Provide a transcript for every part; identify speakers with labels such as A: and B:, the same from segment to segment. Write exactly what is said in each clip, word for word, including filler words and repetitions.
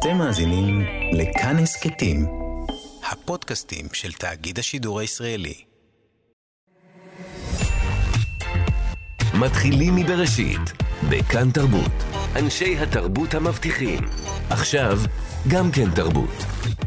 A: אתם מאזינים לכאן הסכתים, הפודקאסטים של תאגיד השידור הישראלי.
B: מתחילים מבראשית, בכאן תרבות. אנשי התרבות המבטיחים. עכשיו, גם כן תרבות.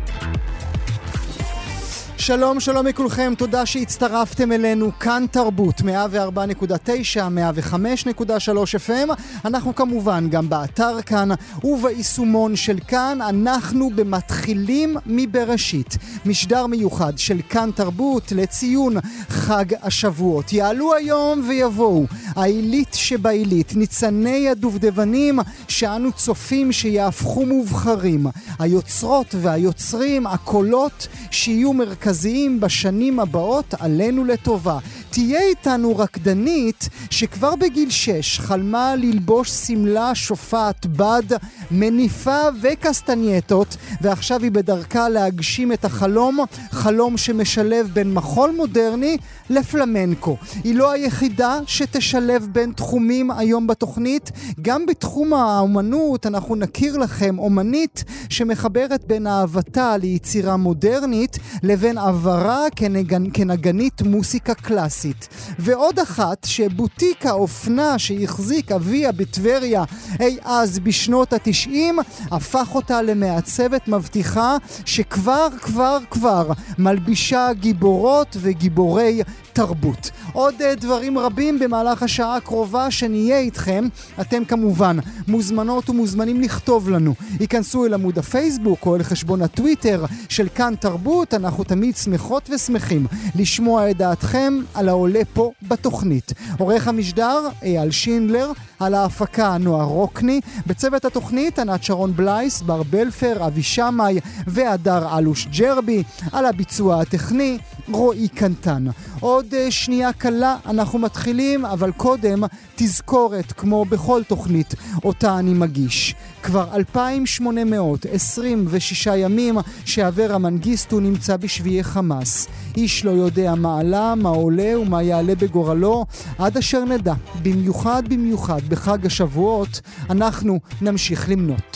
C: שלום, שלום לכולכם, תודה שהצטרפתם אלינו, כאן תרבות, מאה וארבע נקודה תשע, מאה וחמש נקודה שלוש אף אם. אנחנו כמובן גם באתר כאן וביישומון של כאן. אנחנו במתחילים מבראשית, משדר מיוחד של כאן תרבות לציון חג השבועות. יעלו היום ויבואו העילית שבעילית, ניצני הדובדבנים שאנו צופים שיהפכו מובחרים, היוצרות והיוצרים, הקולות שיהיו מרכזיים בשנים הבאות עלינו לטובה. תהיה איתנו רקדנית שכבר בגיל שש חלמה ללבוש סמלה, שופעת, בד, מניפה וקסטנייטות, ועכשיו היא בדרכה להגשים את החלום, חלום שמשלב בין מחול מודרני לפלמנקו. היא לא היחידה שתשלב בין תחומים היום בתוכנית, גם בתחום האומנות אנחנו נכיר לכם אומנית שמחברת בין אהבתה ליצירה מודרנית לבין עברה כנגן, כנגנית מוסיקה קלאסית. ועוד אחת שבוטיק האופנה שהחזיק אביה בטבריה אי אז בשנות התשעים הפך אותה למעצבת מבטיחה שכבר כבר כבר מלבישה גיבורות וגיבורי תרבות. עוד דברים רבים במהלך השעה הקרובה שנהיה איתכם. אתם כמובן מוזמנות ומוזמנים לכתוב לנו. ייכנסו אל עמוד הפייסבוק או אל חשבון הטוויטר של כאן תרבות. אנחנו תמיד שמחות ושמחים לשמוע את דעתכם על העולה פה בתוכנית. עורך המשדר אייל שינדלר, על ההפקה נועה רוקני, בצוות התוכנית ענת שרון בלייס, בר בלפר, אבי שמאי והדר אלוש ג'רבי, על הביצוע הטכני רועי קנטן. עוד שנייה קלה אנחנו מתחילים, אבל קודם תזכורת כמו בכל תוכנית אותה אני מגיש. כבר אלפיים שמונה מאות עשרים ושישה ימים שאברה מנגיסטו נמצא בשביעי חמאס. איש לא יודע מה עלה, מה עולה ומה יעלה בגורלו, עד אשר נדע. במיוחד במיוחד בחג השבועות אנחנו נמשיך למנות.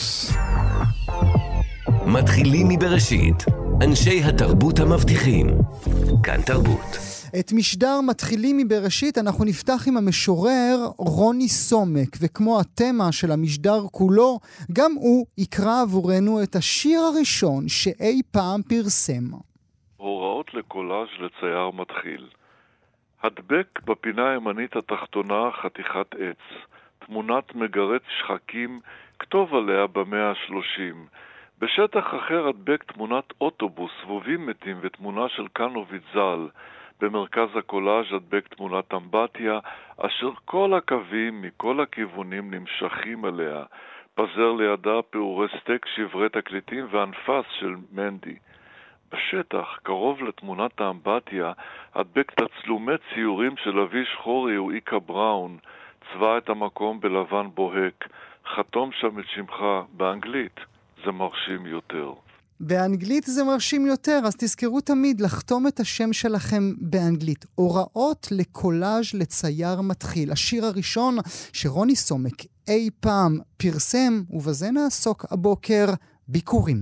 B: מתחילים מבראשית, אנשי התרבות המבטיחים. כאן תרבות.
C: את משדר מתחילים מבראשית אנחנו נפתח עם המשורר רוני סומק, וכמו התמה של המשדר כולו, גם הוא יקרא עבורנו את השיר הראשון שאי פעם פרסם.
D: הוראות לקולאז' לצייר מתחיל. הדבק בפינה הימנית התחתונה חתיכת עץ, תמונת מגרד שחקים, כתוב עליה במאה השלושים. בשטח אחר הדבק תמונת אוטובוס, סבובים מתים ותמונה של קנוביץ ז"ל. במרכז הקולאז' הדבק תמונת אמבטיה, אשר כל הקווים מכל הכיוונים נמשכים עליה. פזר לידה פעורי סטייק, שברי תקליטים ואנפס של מנדי. בשטח, קרוב לתמונת האמבטיה, הדבק תצלומי ציורים של אבי שחורי ואיקה בראון, צבע את המקום בלבן בוהק, חתום שם את שמך באנגלית, זה מרשים יותר.
C: באנגלית זה מרשים יותר, אז תזכרו תמיד לחתום את השם שלכם באנגלית. הוראות לקולאז' לצייר מתחיל. השיר הראשון שרוני סומק אי פעם פרסם, ובזה נעסוק הבוקר ביקורים.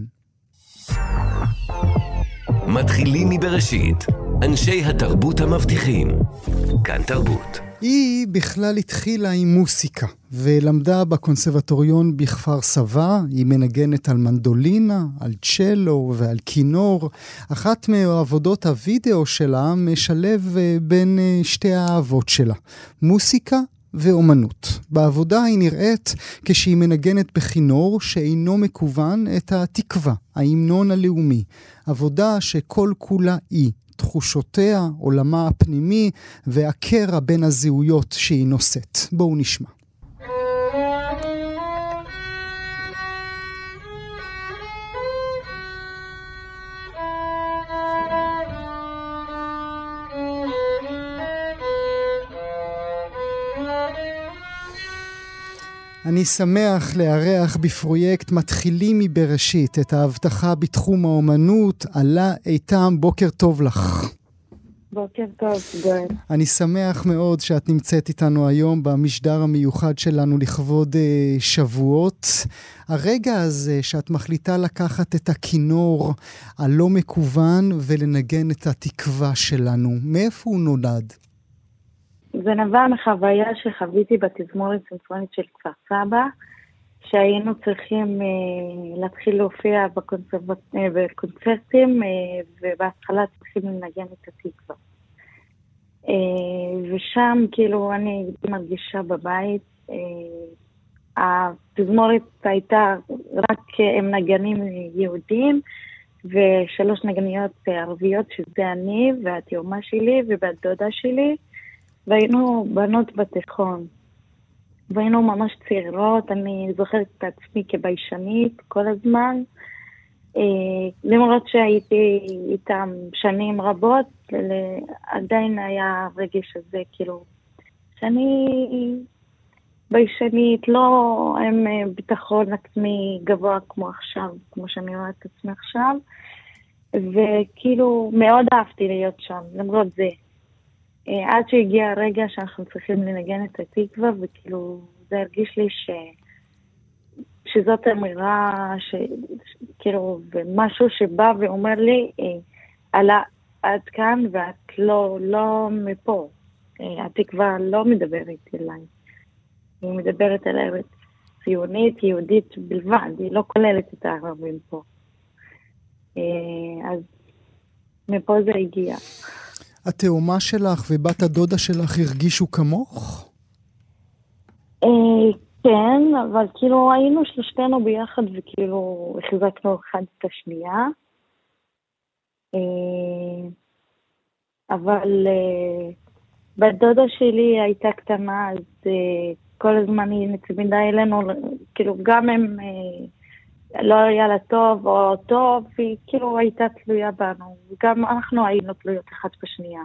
B: מתחילים מבראשית, אנשי התרבות המבטיחים. כאן תרבות.
C: היא בכלל התחילה עם מוסיקה, ולמדה בקונסרבטוריון בכפר סבא. היא מנגנת על מנדולינה, על צ'לו ועל כינור. אחת מעבודות הוידאו שלה משלב בין שתי האהבות שלה, מוסיקה ואומנות. בעבודה היא נראית כשהיא מנגנת בכינור שאינו מקוון את התקווה, ההמנון הלאומי. עבודה שכל כולה היא, תחושותיה, עולמה הפנימי והקרע בין הזהויות שהיא נושאת. בואו נשמע. אני שמח לארח בפרויקט מתחילים מבראשית את ההבטחה בתחום האומנות. עלה איתם, בוקר טוב לך.
E: בוקר טוב, גואל.
C: אני שמח מאוד שאת נמצאת איתנו היום במשדר המיוחד שלנו לכבוד אה, שבועות. הרגע הזה שאת מחליטה לקחת את הכינור הלא מקוון ולנגן את התקווה שלנו, מאיפה הוא נולד?
E: זה נבע מחוויה שחוויתי בתזמורת סימפונית של כפר סבא, שהיינו צריכים אה, להתחיל להופיע בקונצרט, אה, בקונצרטים, אה, ובהתחלה צריכים לנגן את התקווה. אה, ושם כאילו אני מרגישה בבית, אה, התזמורת הייתה רק עם נגנים יהודים, ושלוש נגניות ערביות, שזה אני והתאומה שלי ובת דודה שלי, והיינו בנות בתיכון. והיינו ממש צעירות, אני זוכרת את עצמי כביישנית כל הזמן, אה, למרות שהייתי איתם שנים רבות, עדיין היה רגש הזה, כאילו, שאני ביישנית, לא עם ביטחון עצמי גבוה כמו עכשיו, כמו שאני רואה את עצמי עכשיו, וכאילו מאוד אהבתי להיות שם, למרות זה. עד שהגיע הרגע שאנחנו צריכים לנגן את התקווה, וכאילו זה הרגיש לי ש... שזאת אמירה, ש... כאילו, ומשהו שבא ואומר לי, עלה עד כאן ואת לא, לא מפה. התקווה לא מדברת אליי. היא מדברת על ארץ ציונית, יהודית בלבד, היא לא כוללת את הערבים פה. אז מפה זה הגיע.
C: התאומה שלך ובת הדודה שלך הרגישו כמוך?
E: כן, אבל כאילו היינו שלושתנו ביחד וכאילו החזקנו אחד את השנייה. אבל בת דודה שלי הייתה קטנה, אז כל הזמן היא נצמידה אלינו, כאילו גם הם... לא היה לה טוב או טוב, היא כאילו הייתה תלויה בנו. גם אנחנו היינו תלויות אחת בשנייה.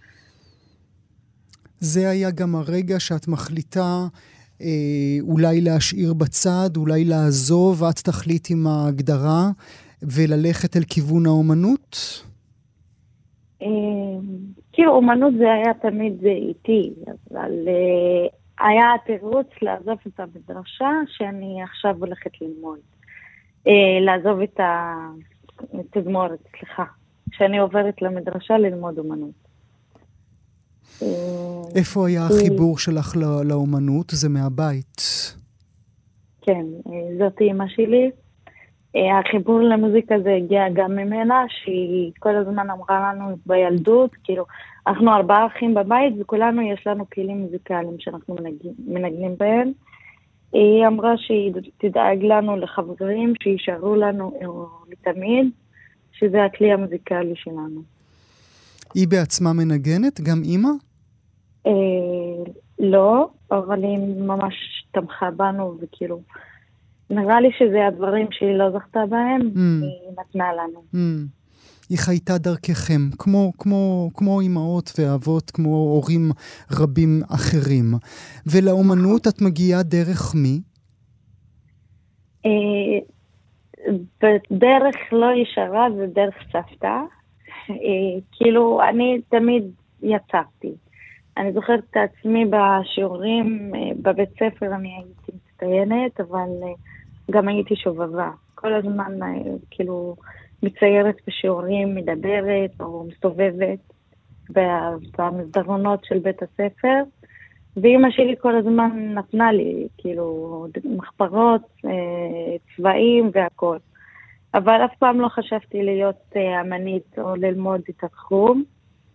C: זה היה גם הרגע שאת מחליטה אה, אולי להשאיר בצד, אולי לעזוב, ואת תחליט עם ההגדרה, וללכת אל כיוון האומנות?
E: אה, כאילו אומנות זה היה תמיד זה איתי, אבל אה, היה תירוץ לעזוב את המדרשה שאני עכשיו הולכת ללמוד. לעזוב את התזמורת, סליחה, שאני עוברת למדרשה ללמוד אומנות.
C: איפה היה החיבור שלך לאומנות? זה מהבית.
E: כן, זאת אמא שלי. החיבור למוזיקה זה הגיע גם ממנה, שהיא כל הזמן אמרה לנו בילדות, כאילו, אנחנו ארבעה אחים בבית וכולנו יש לנו כלים מוזיקליים שאנחנו מנגנים בהם. היא אמרה שהיא תדאג לנו לחברים, שישארו לנו לתמיד, שזה הכלי המוזיקלי שלנו.
C: היא בעצמה מנגנת? גם אמא?
E: אה, לא, אבל היא ממש תמכה בנו, וכאילו, נראה לי שזה הדברים שהיא לא זכתה בהם, mm. היא נתנה לנו.
C: Mm. היא חייתה דרככם, כמו, כמו, כמו אמהות ואבות, כמו הורים רבים אחרים. ולאומנות את מגיעה דרך מי?
E: בדרך לא ישרה, זה דרך סבתא. כאילו, אני תמיד יצרתי. אני זוכרת את עצמי בשיעורים, בבית ספר אני הייתי מצטיינת, אבל גם הייתי שובבה. כל הזמן, כאילו... מציירת בשיעורים, מדברת או מסתובבת במסדרונות של בית הספר, ואמא שלי כל הזמן נתנה לי, כאילו, מחברות, צבעים והכל. אבל אף פעם לא חשבתי להיות אמנית או ללמוד את התחום.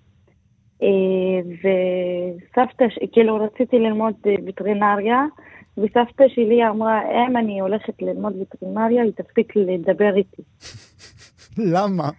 E: וסבתא, כאילו, רציתי ללמוד וטרינריה, וסבתא שלי אמרה, אם אני הולכת ללמוד וטרינריה, היא תפסיק לדבר איתי.
C: למה?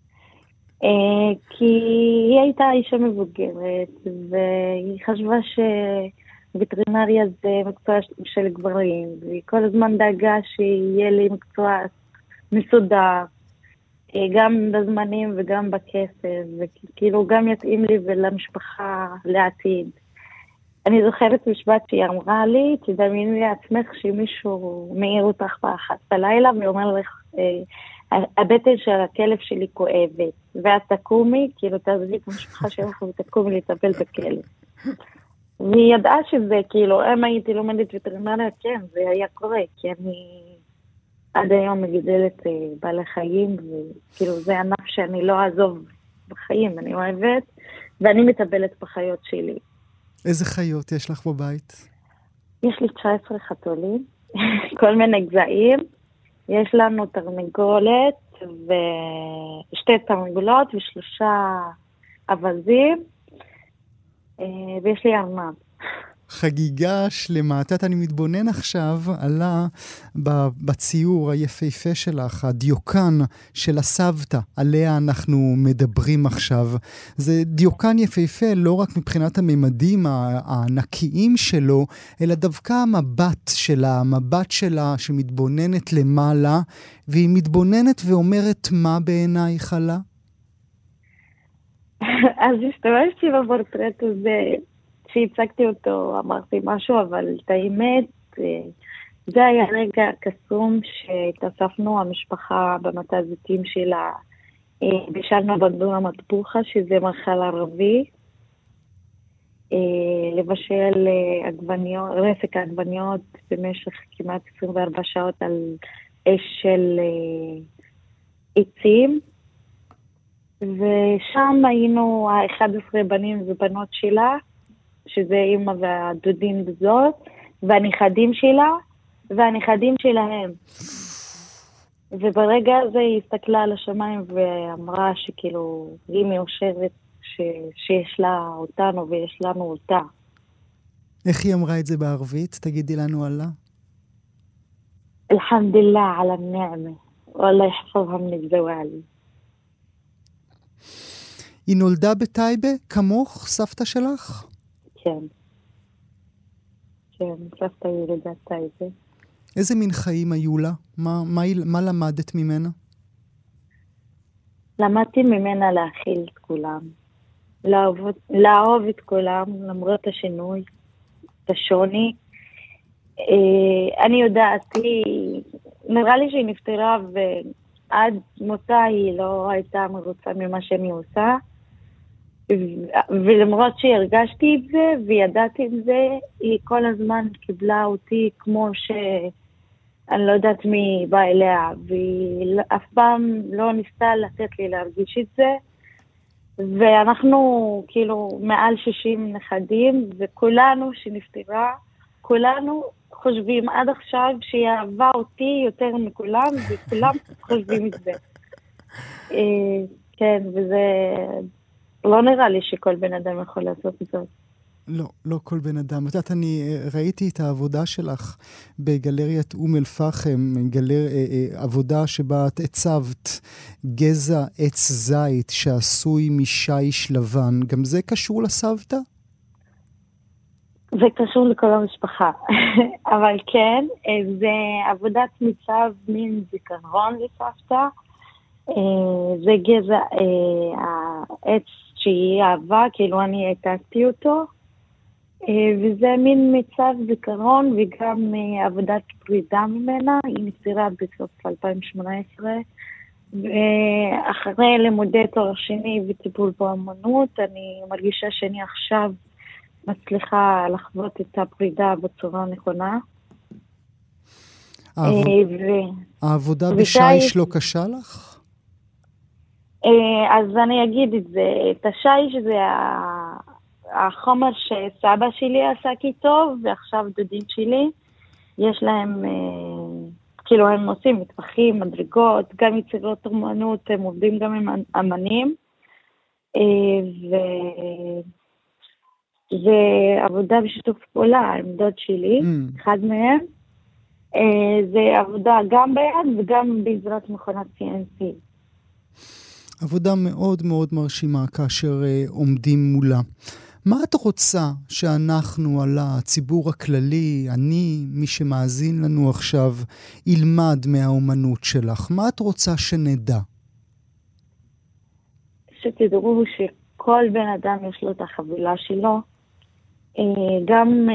E: כי היא הייתה אישה מבוגרת, והיא חשבה שווטרינריה זה מקצוע של גברים, והיא כל הזמן דאגה שיהיה לי מקצוע מסודר, גם בזמנים וגם בכסף, וכאילו גם יתאים לי ולמשפחה לעתיד. אני זוכרת משפט שהיא אמרה לי, תדמייני לעצמך שמישהו מעיר אותך באחת בלילה, ואומר לך, הבטן של הכלב שלי כואבת, ואת תקומי, כאילו תעזבי את המשפחה שלך ותקומי לטפל בכלב. והיא ידעה שזה, כאילו, אם הייתי לומדת וטרינריה, כן, זה היה קורה, כי אני עד היום מגדלת בעלי חיים, וכאילו זה ענף שאני לא אעזוב בחיים, אני אוהבת, ואני מטפלת בחיות שלי.
C: איזה חיות יש לך בבית?
E: יש לי תשע עשרה חתולים, כל מיני גזעים. יש לנו תרנגולת ושתי תרנגולות ושלושה אבזים, ויש לי ארנב.
C: חגיגה שלמה. את יודעת, אני מתבונן עכשיו, עלה בציור היפהפה שלך, הדיוקן של הסבתא, עליה אנחנו מדברים עכשיו. זה דיוקן יפהפה לא רק מבחינת הממדים הענקיים שלו, אלא דווקא המבט שלה, המבט שלה שמתבוננת למעלה, והיא מתבוננת ואומרת מה בעיניי חלה?
E: אז השתמשתי בפורטרט הזה, כשהצגתי אותו אמרתי משהו, אבל את האמת, זה היה רגע קסום שהתאספנו המשפחה במטע זיתים שלה, בישלנו בנדון המטבוחה, שזה מאכל ערבי, לבשל עגבניות, רסק העגבניות במשך כמעט עשרים וארבע שעות על אש של עצים, ושם היינו ה-אחד עשר בנים ובנות שלה, שזה אמא והדודים בזאת, והנכדים שלה, והנכדים שלהם. וברגע הזה היא הסתכלה על השמיים ואמרה שכאילו, היא מאושרת ש... שיש לה אותנו ויש לנו אותה.
C: איך היא אמרה את זה בערבית? תגידי לנו עלה.
E: אלחמדוללה על הנעמה, ואללה יחפזها מן הזוואל.
C: היא נולדה בטייבה, כמוך, סבתא שלך?
E: כן. כן, סבתא ילידת טייבה.
C: איזה מין חיים היו לה? מה, מה, מה למדת ממנה?
E: למדתי ממנה להכיל את כולם. לאהוב, לאהוב את כולם, למרות השינוי, את השוני. אני יודעת, היא, נראה לי שהיא נפטרה ועד מותה היא לא הייתה מרוצה ממה שאני עושה. ולמרות שהרגשתי את זה וידעתי את זה, היא כל הזמן קיבלה אותי כמו שאני לא יודעת מי בא אליה, והיא אף פעם לא ניסתה לתת לי להרגיש את זה. ואנחנו כאילו מעל שישים נכדים, וכולנו שנפטרה, כולנו חושבים עד עכשיו שהיא אהבה אותי יותר מכולם, וכולם חושבים את זה. כן, וזה לא נראה לי שכל בן אדם יכול לעשות את זה.
C: לא, לא כל בן אדם. את יודעת, אני ראיתי את העבודה שלך בגלריית אום אל-פחם, גלר, עבודה שבה את הצבת גזע עץ זית שעשוי משיש לבן. גם זה קשור לסבתא?
E: זה קשור לכל המשפחה. אבל כן, זה עבודת מצב מין זיכרון לסבתא. זה גזע העץ שהיא אהבה, כאילו אני העתקתי אותו. וזה מין מצב זיכרון וגם עבודת פרידה ממנה. היא נפטרה בסוף אלפיים שמונה עשרה, ואחרי לימודי תואר שני וטיפול באמנות, אני מרגישה שאני עכשיו מצליחה לחוות את הפרידה בצורה נכונה.
C: העבודה בשיש לא קשה לך?
E: אז אני אגיד את זה, את השיש זה החומר שסבא שלי עסק איתו, ועכשיו דודים שלי, יש להם, כאילו הם עושים מטפחים, מדרגות, גם יצירות אומנות, הם עובדים גם עם אמנים, וזה עבודה בשיתוף פעולה עם דוד שלי, mm. אחד מהם, זה עבודה גם ביד וגם בעזרת מכונת סי אן סי.
C: עבודה מאוד מאוד מרשימה כאשר uh, עומדים מולה. מה את רוצה שאנחנו על הציבור הכללי, אני, מי שמאזין לנו עכשיו, ילמד מהאומנות שלך? מה את רוצה שנדע?
E: שתדעו שכל בן אדם יש לו את החבילה שלו. גם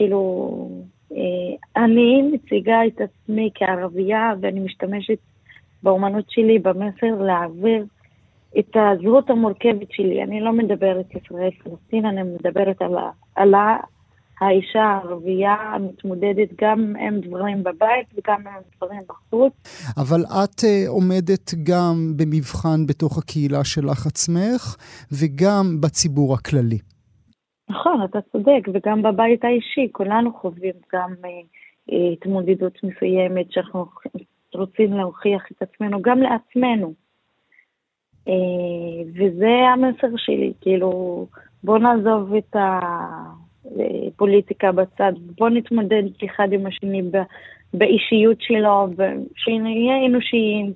E: כאילו, אני מציגה את עצמי כערבייה ואני משתמשת באומנות שלי, במסר, להעביר את הזהות המורכבת שלי. אני לא מדברת ישראל פלסטין, אני מדברת על, על האישה הערבייה המתמודדת גם עם דברים בבית וגם עם דברים בחוץ.
C: אבל את uh, עומדת גם במבחן בתוך הקהילה שלך עצמך וגם בציבור הכללי.
E: נכון, אתה צודק, וגם בבית האישי, כולנו חווים גם uh, uh, התמודדות מסוימת שאנחנו רוצים להוכיח את עצמנו, גם לעצמנו. Uh, וזה המסר שלי, כאילו, בוא נעזוב את הפוליטיקה בצד, בוא נתמודד אחד עם השני ב, באישיות שלו, שנהיה אנושיים,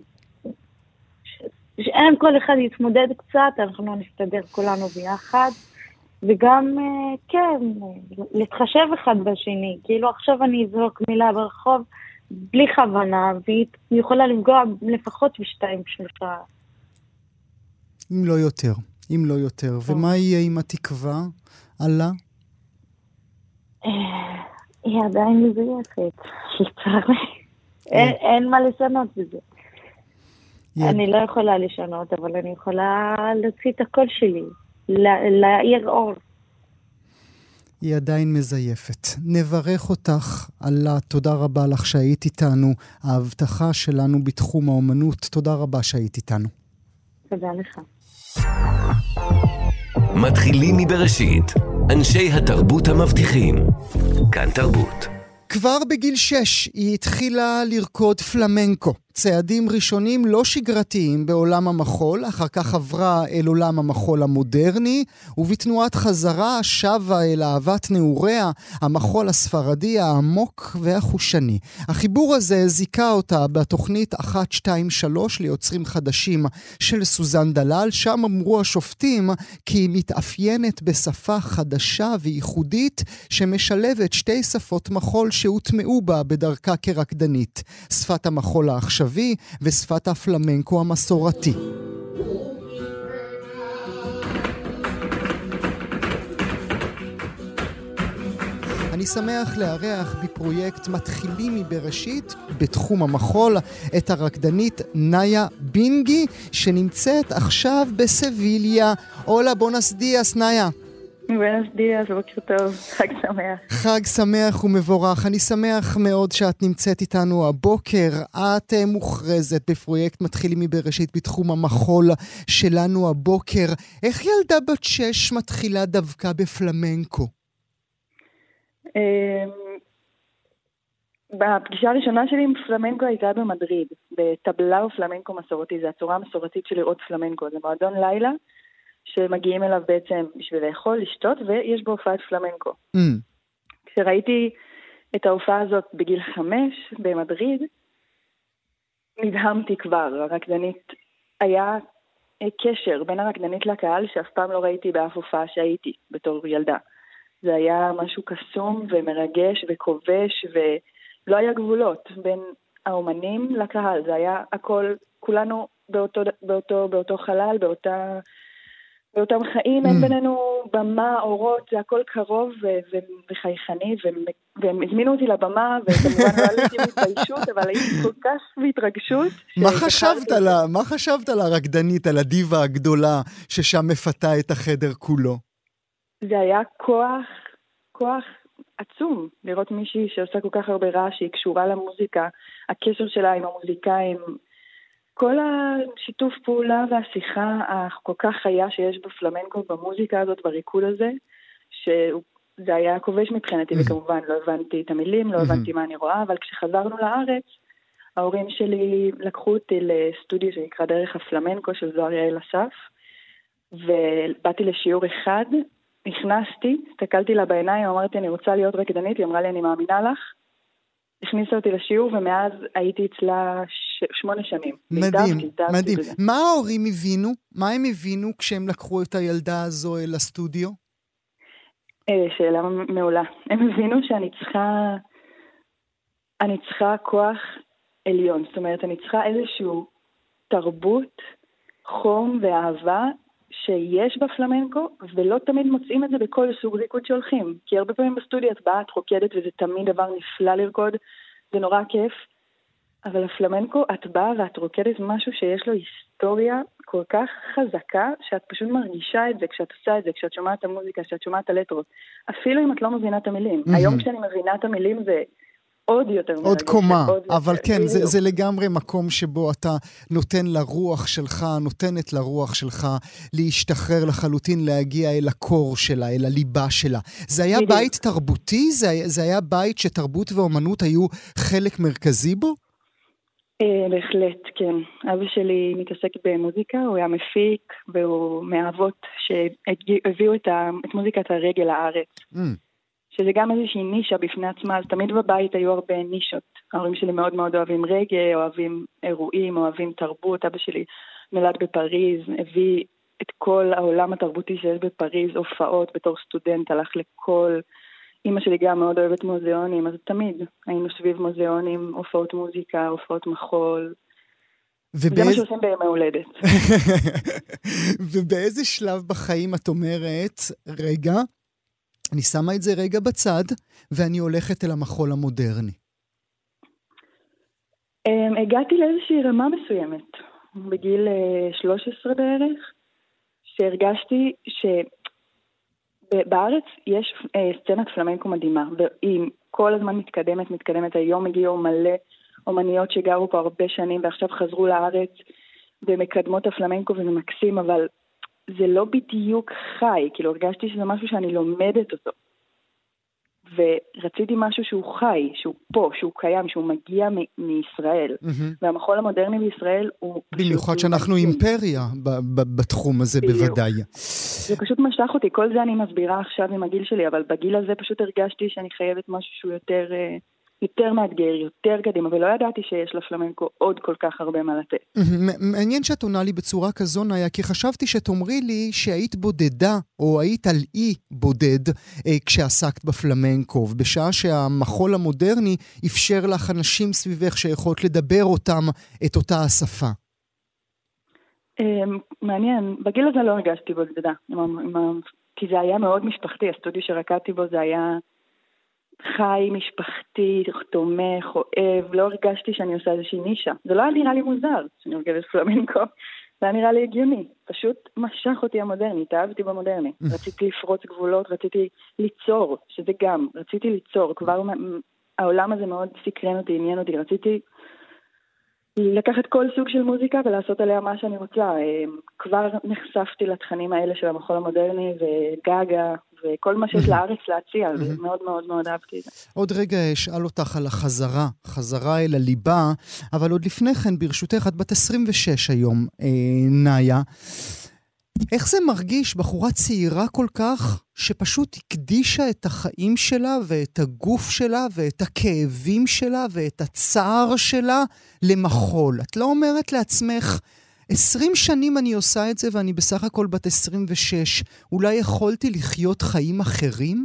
E: שאם כל אחד יתמודד קצת, אנחנו נסתדר כולנו ביחד, וגם, כן, להתחשב אחד בשני. כאילו עכשיו אני אזרוק מילה ברחוב בלי כוונה, והיא יכולה לפגוע לפחות בשתיים שלושה.
C: אם לא יותר, אם לא יותר. ומה יהיה עם התקווה? עלה?
E: היא עדיין מזויפת, לצערי. אין מה לשנות בזה. אני לא יכולה לשנות, אבל אני יכולה להוציא את הקול שלי. להעיר אור.
C: היא עדיין מזייפת. נברך אותך, עלה, תודה רבה לך שהיית איתנו. ההבטחה שלנו בתחום האומנות, תודה רבה שהיית איתנו.
E: תודה לך.
B: מתחילים מבראשית, אנשי התרבות המבטיחים. כאן תרבות.
C: כבר בגיל שש היא התחילה לרקוד פלמנקו. צעדים ראשונים לא שגרתיים בעולם המחול, אחר כך עברה אל עולם המחול המודרני, ובתנועת חזרה שבה אל אהבת נעוריה, המחול הספרדי העמוק והחושני. החיבור הזה זיקה אותה בתוכנית אחת שתיים שלוש ליוצרים חדשים של סוזן דלל, שם אמרו השופטים כי היא מתאפיינת בשפה חדשה וייחודית, שמשלבת שתי שפות מחול שהוטמעו בה בדרכה כרקדנית, שפת המחול העכשווי, ושפת הפלמנקו המסורתי. אני שמח לארח בפרויקט מתחילים מבראשית בתחום המחול את הרקדנית נאיה בינגי, שנמצאת עכשיו בסביליה. הולה, בונס דיאס, נאיה.
F: בונס דיאס, בוקר טוב, חג שמח.
C: חג שמח ומבורך. אני שמח מאוד שאת נמצאת איתנו הבוקר. את מוכרזת בפרויקט מתחילים מבראשית בתחום המחול שלנו הבוקר. איך ילדה בת שש מתחילה דווקא בפלמנקו?
F: בפגישה הראשונה שלי עם פלמנקו הייתה במדריד, בטבלאו פלמנקו מסורתי. זה הצורה המסורתית של לראות פלמנקו. זה מועדון לילה שמגיעים אליו בעצם בשביל לאכול, לשתות, ויש בו הופעת פלמנקו. Mm. כשראיתי את ההופעה הזאת בגיל חמש במדריד, נדהמתי כבר. הרקדנית, היה קשר בין הרקדנית לקהל שאף פעם לא ראיתי באף הופעה שהייתי בתור ילדה. זה היה משהו קסום ומרגש וכובש, ולא היה גבולות בין האומנים לקהל. זה היה הכל, כולנו באותו, באותו, באותו חלל, באותה... באותם חיים, אין בינינו במה, אורות, זה הכל קרוב וחייכני, והם הזמינו אותי לבמה, וכמובן לא עליתי מתביישות, אבל הייתי כל כך בהתרגשות.
C: מה חשבת על, מה חשבת על הרקדנית, על הדיבה הגדולה, ששם מפתה את החדר כולו?
F: זה היה כוח, כוח עצום, לראות מישהי שעושה כל כך הרבה רעש, שהיא קשורה למוזיקה, הקשר שלה עם המוזיקאים, כל השיתוף פעולה והשיחה הכל כך חיה שיש בפלמנקו, במוזיקה הזאת, בריקוד הזה, שזה היה כובש מבחינתי, וכמובן לא הבנתי את המילים, לא הבנתי מה אני רואה, אבל כשחזרנו לארץ, ההורים שלי לקחו אותי לסטודיו שנקרא דרך הפלמנקו של זוהר יעל אסף, ובאתי לשיעור אחד, נכנסתי, הסתכלתי לה בעיניים, אמרתי אני רוצה להיות רקדנית, היא אמרה לי אני מאמינה לך, הכניסה אותי לשיעור, ומאז הייתי אצלה ש... שמונה שנים.
C: מדהים,
F: לידב,
C: מדהים. מה ההורים הבינו? מה הם הבינו כשהם לקחו את הילדה הזו אל הסטודיו?
F: שאלה מעולה. הם הבינו שאני צריכה, אני צריכה כוח עליון. זאת אומרת, אני צריכה איזשהו תרבות, חום ואהבה, שיש בפלמנקו, ולא תמיד מוצאים את זה בכל סוג ריקוד שהולכים. כי הרבה פעמים בסטודיו את באה, את רוקדת, וזה תמיד דבר נפלא לרקוד, זה נורא כיף. אבל הפלמנקו, את באה ואת רוקדת משהו שיש לו היסטוריה כל כך חזקה, שאת פשוט מרגישה את זה כשאת עושה את זה, כשאת שומעת את המוזיקה, כשאת שומעת את הלטרות. אפילו אם את לא מבינה את המילים. Mm-hmm. היום כשאני מבינה את המילים זה עוד יותר מרגש.
C: עוד קומה, עוד אבל
F: יותר.
C: כן, זה, זה לגמרי מקום שבו אתה נותן לרוח שלך, נותנת לרוח שלך להשתחרר לחלוטין, להגיע אל הקור שלה, אל הליבה שלה. זה היה בדיוק. בית תרבותי? זה היה, זה היה בית שתרבות ואומנות היו חלק מרכזי בו?
F: בהחלט, כן. אבא שלי מתעסק במוזיקה, הוא היה מפיק, והוא מאהבות שהביאו את, ה... את מוזיקת הרגל לארץ. Mm. שזה גם איזושהי נישה בפני עצמה, אז תמיד בבית היו הרבה נישות. ההורים שלי מאוד מאוד אוהבים רגע, אוהבים אירועים, אוהבים תרבות. אבא שלי נולד בפריז, הביא את כל העולם התרבותי שיש בפריז, הופעות בתור סטודנט, הלך לכל... אמא שלי גם מאוד אוהבת מוזיאונים, אז תמיד היינו סביב מוזיאונים, הופעות מוזיקה, הופעות מחול. ובאיז... זה מה שעושים בימי הולדת.
C: ובאיזה שלב בחיים את אומרת, רגע, אני שמה את זה רגע בצד, ואני הולכת אל המחול המודרני?
F: הגעתי לאיזושהי רמה מסוימת, בגיל שלוש עשרה בערך, שהרגשתי ש... בארץ יש סצנת פלמנקו מדהימה, והיא כל הזמן מתקדמת, מתקדמת. היום הגיעו מלא אומניות שגרו פה הרבה שנים, ועכשיו חזרו לארץ ומקדמות הפלמנקו, וזה מקסים, אבל זה לא בדיוק חי, כאילו הרגשתי שזה משהו שאני לומדת אותו. ורציתי משהו שהוא חי, שהוא פה, שהוא קיים, שהוא מגיע מ- מישראל. Mm-hmm. והמחול המודרני בישראל הוא...
C: במיוחד שאנחנו אימפריה ב- ב- בתחום הזה בדיוק. בוודאי.
F: זה פשוט משך אותי, כל זה אני מסבירה עכשיו עם הגיל שלי, אבל בגיל הזה פשוט הרגשתי שאני חייבת משהו שהוא יותר... יותר מאתגר, יותר קדימה, ולא ידעתי שיש לפלמנקו עוד כל כך הרבה מה לתת.
C: מעניין שאת עונה לי בצורה כזו, ניה, כי חשבתי שתאמרי לי שהיית בודדה, או היית על אי בודד, אה, כשעסקת בפלמנקו, בשעה שהמחול המודרני אפשר לך אנשים סביבך שיכולות לדבר אותם, את אותה השפה.
F: אה, מעניין, בגיל הזה לא הרגשתי בודדה, עם, עם, כי זה היה מאוד משפחתי, הסטודיו שרקדתי בו זה היה... חי, משפחתי, תומך, אוהב, לא הרגשתי שאני עושה איזושהי נישה. זה לא היה נראה לי מוזר שאני הרגשת פלמנקו, זה היה נראה לי הגיוני. פשוט משך אותי המודרני, התאהבתי במודרני. רציתי לפרוץ גבולות, רציתי ליצור, שזה גם, רציתי ליצור. כבר העולם הזה מאוד סקרן אותי, עניין אותי, רציתי לקחת כל סוג של מוזיקה ולעשות עליה מה שאני רוצה. כבר נחשפתי לתכנים האלה של המחול המודרני וגגה, וכל מה שיש לארץ להציע, ומאוד מאוד מאוד אהבתי את זה.
C: עוד רגע אשאל אותך על החזרה, חזרה אל הליבה, אבל עוד לפני כן, ברשותך, את בת עשרים ושש היום, ניה. איך זה מרגיש, בחורה צעירה כל כך, שפשוט הקדישה את החיים שלה, ואת הגוף שלה, ואת הכאבים שלה, ואת הצער שלה, למחול? את לא אומרת לעצמך, עשרים שנים אני עושה את זה, ואני בסך הכל בת עשרים ושש. אולי יכולתי לחיות חיים אחרים?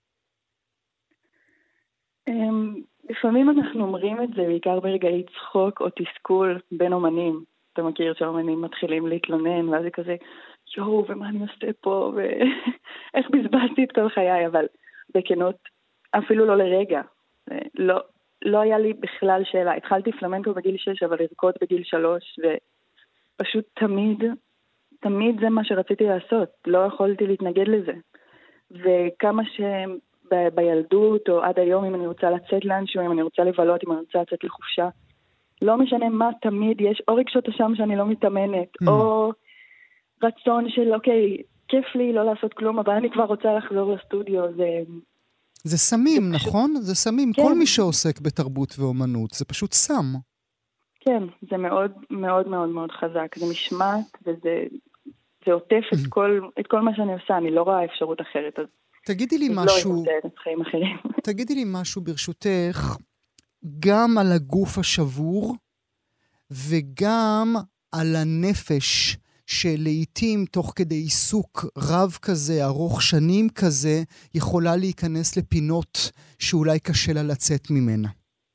F: לפעמים אנחנו אומרים את זה, בעיקר ברגעי צחוק או תסכול בין אומנים. אתה מכיר שהאומנים מתחילים להתלונן, ואז זה כזה, יואו, ומה אני עושה פה, ואיך בזבזתי את כל חיי, אבל בכנות, אפילו לא לרגע. לא, לא היה לי בכלל שאלה. התחלתי פלמנקו בגיל שש, אבל לרקוד בגיל שלוש, ו... פשוט תמיד, תמיד זה מה שרציתי לעשות. לא יכולתי להתנגד לזה. וכמה שבילדות או עד היום, אם אני רוצה לצאת לאנשהו, אם אני רוצה לבלות, אם אני רוצה לצאת לחופשה, לא משנה מה, תמיד יש או רגשות אשם שאני לא מתאמנת, mm. או רצון של, אוקיי, כיף לי לא לעשות כלום, אבל אני כבר רוצה לחזור לסטודיו. זה,
C: זה סמים, זה פשוט... נכון? זה סמים. כן. כל מי שעוסק בתרבות ואומנות, זה פשוט סם.
F: כן, זה מאוד מאוד מאוד מאוד חזק, זה משמעת וזה זה עוטף את כל, את כל מה שאני עושה, אני לא רואה אפשרות אחרת, אז
C: תגידי לי משהו,
F: לא יוצא את חיים אחרים.
C: תגידי לי משהו ברשותך, גם על הגוף השבור וגם על הנפש, שלעיתים תוך כדי עיסוק רב כזה, ארוך שנים כזה, יכולה להיכנס לפינות שאולי קשה לה לצאת ממנה.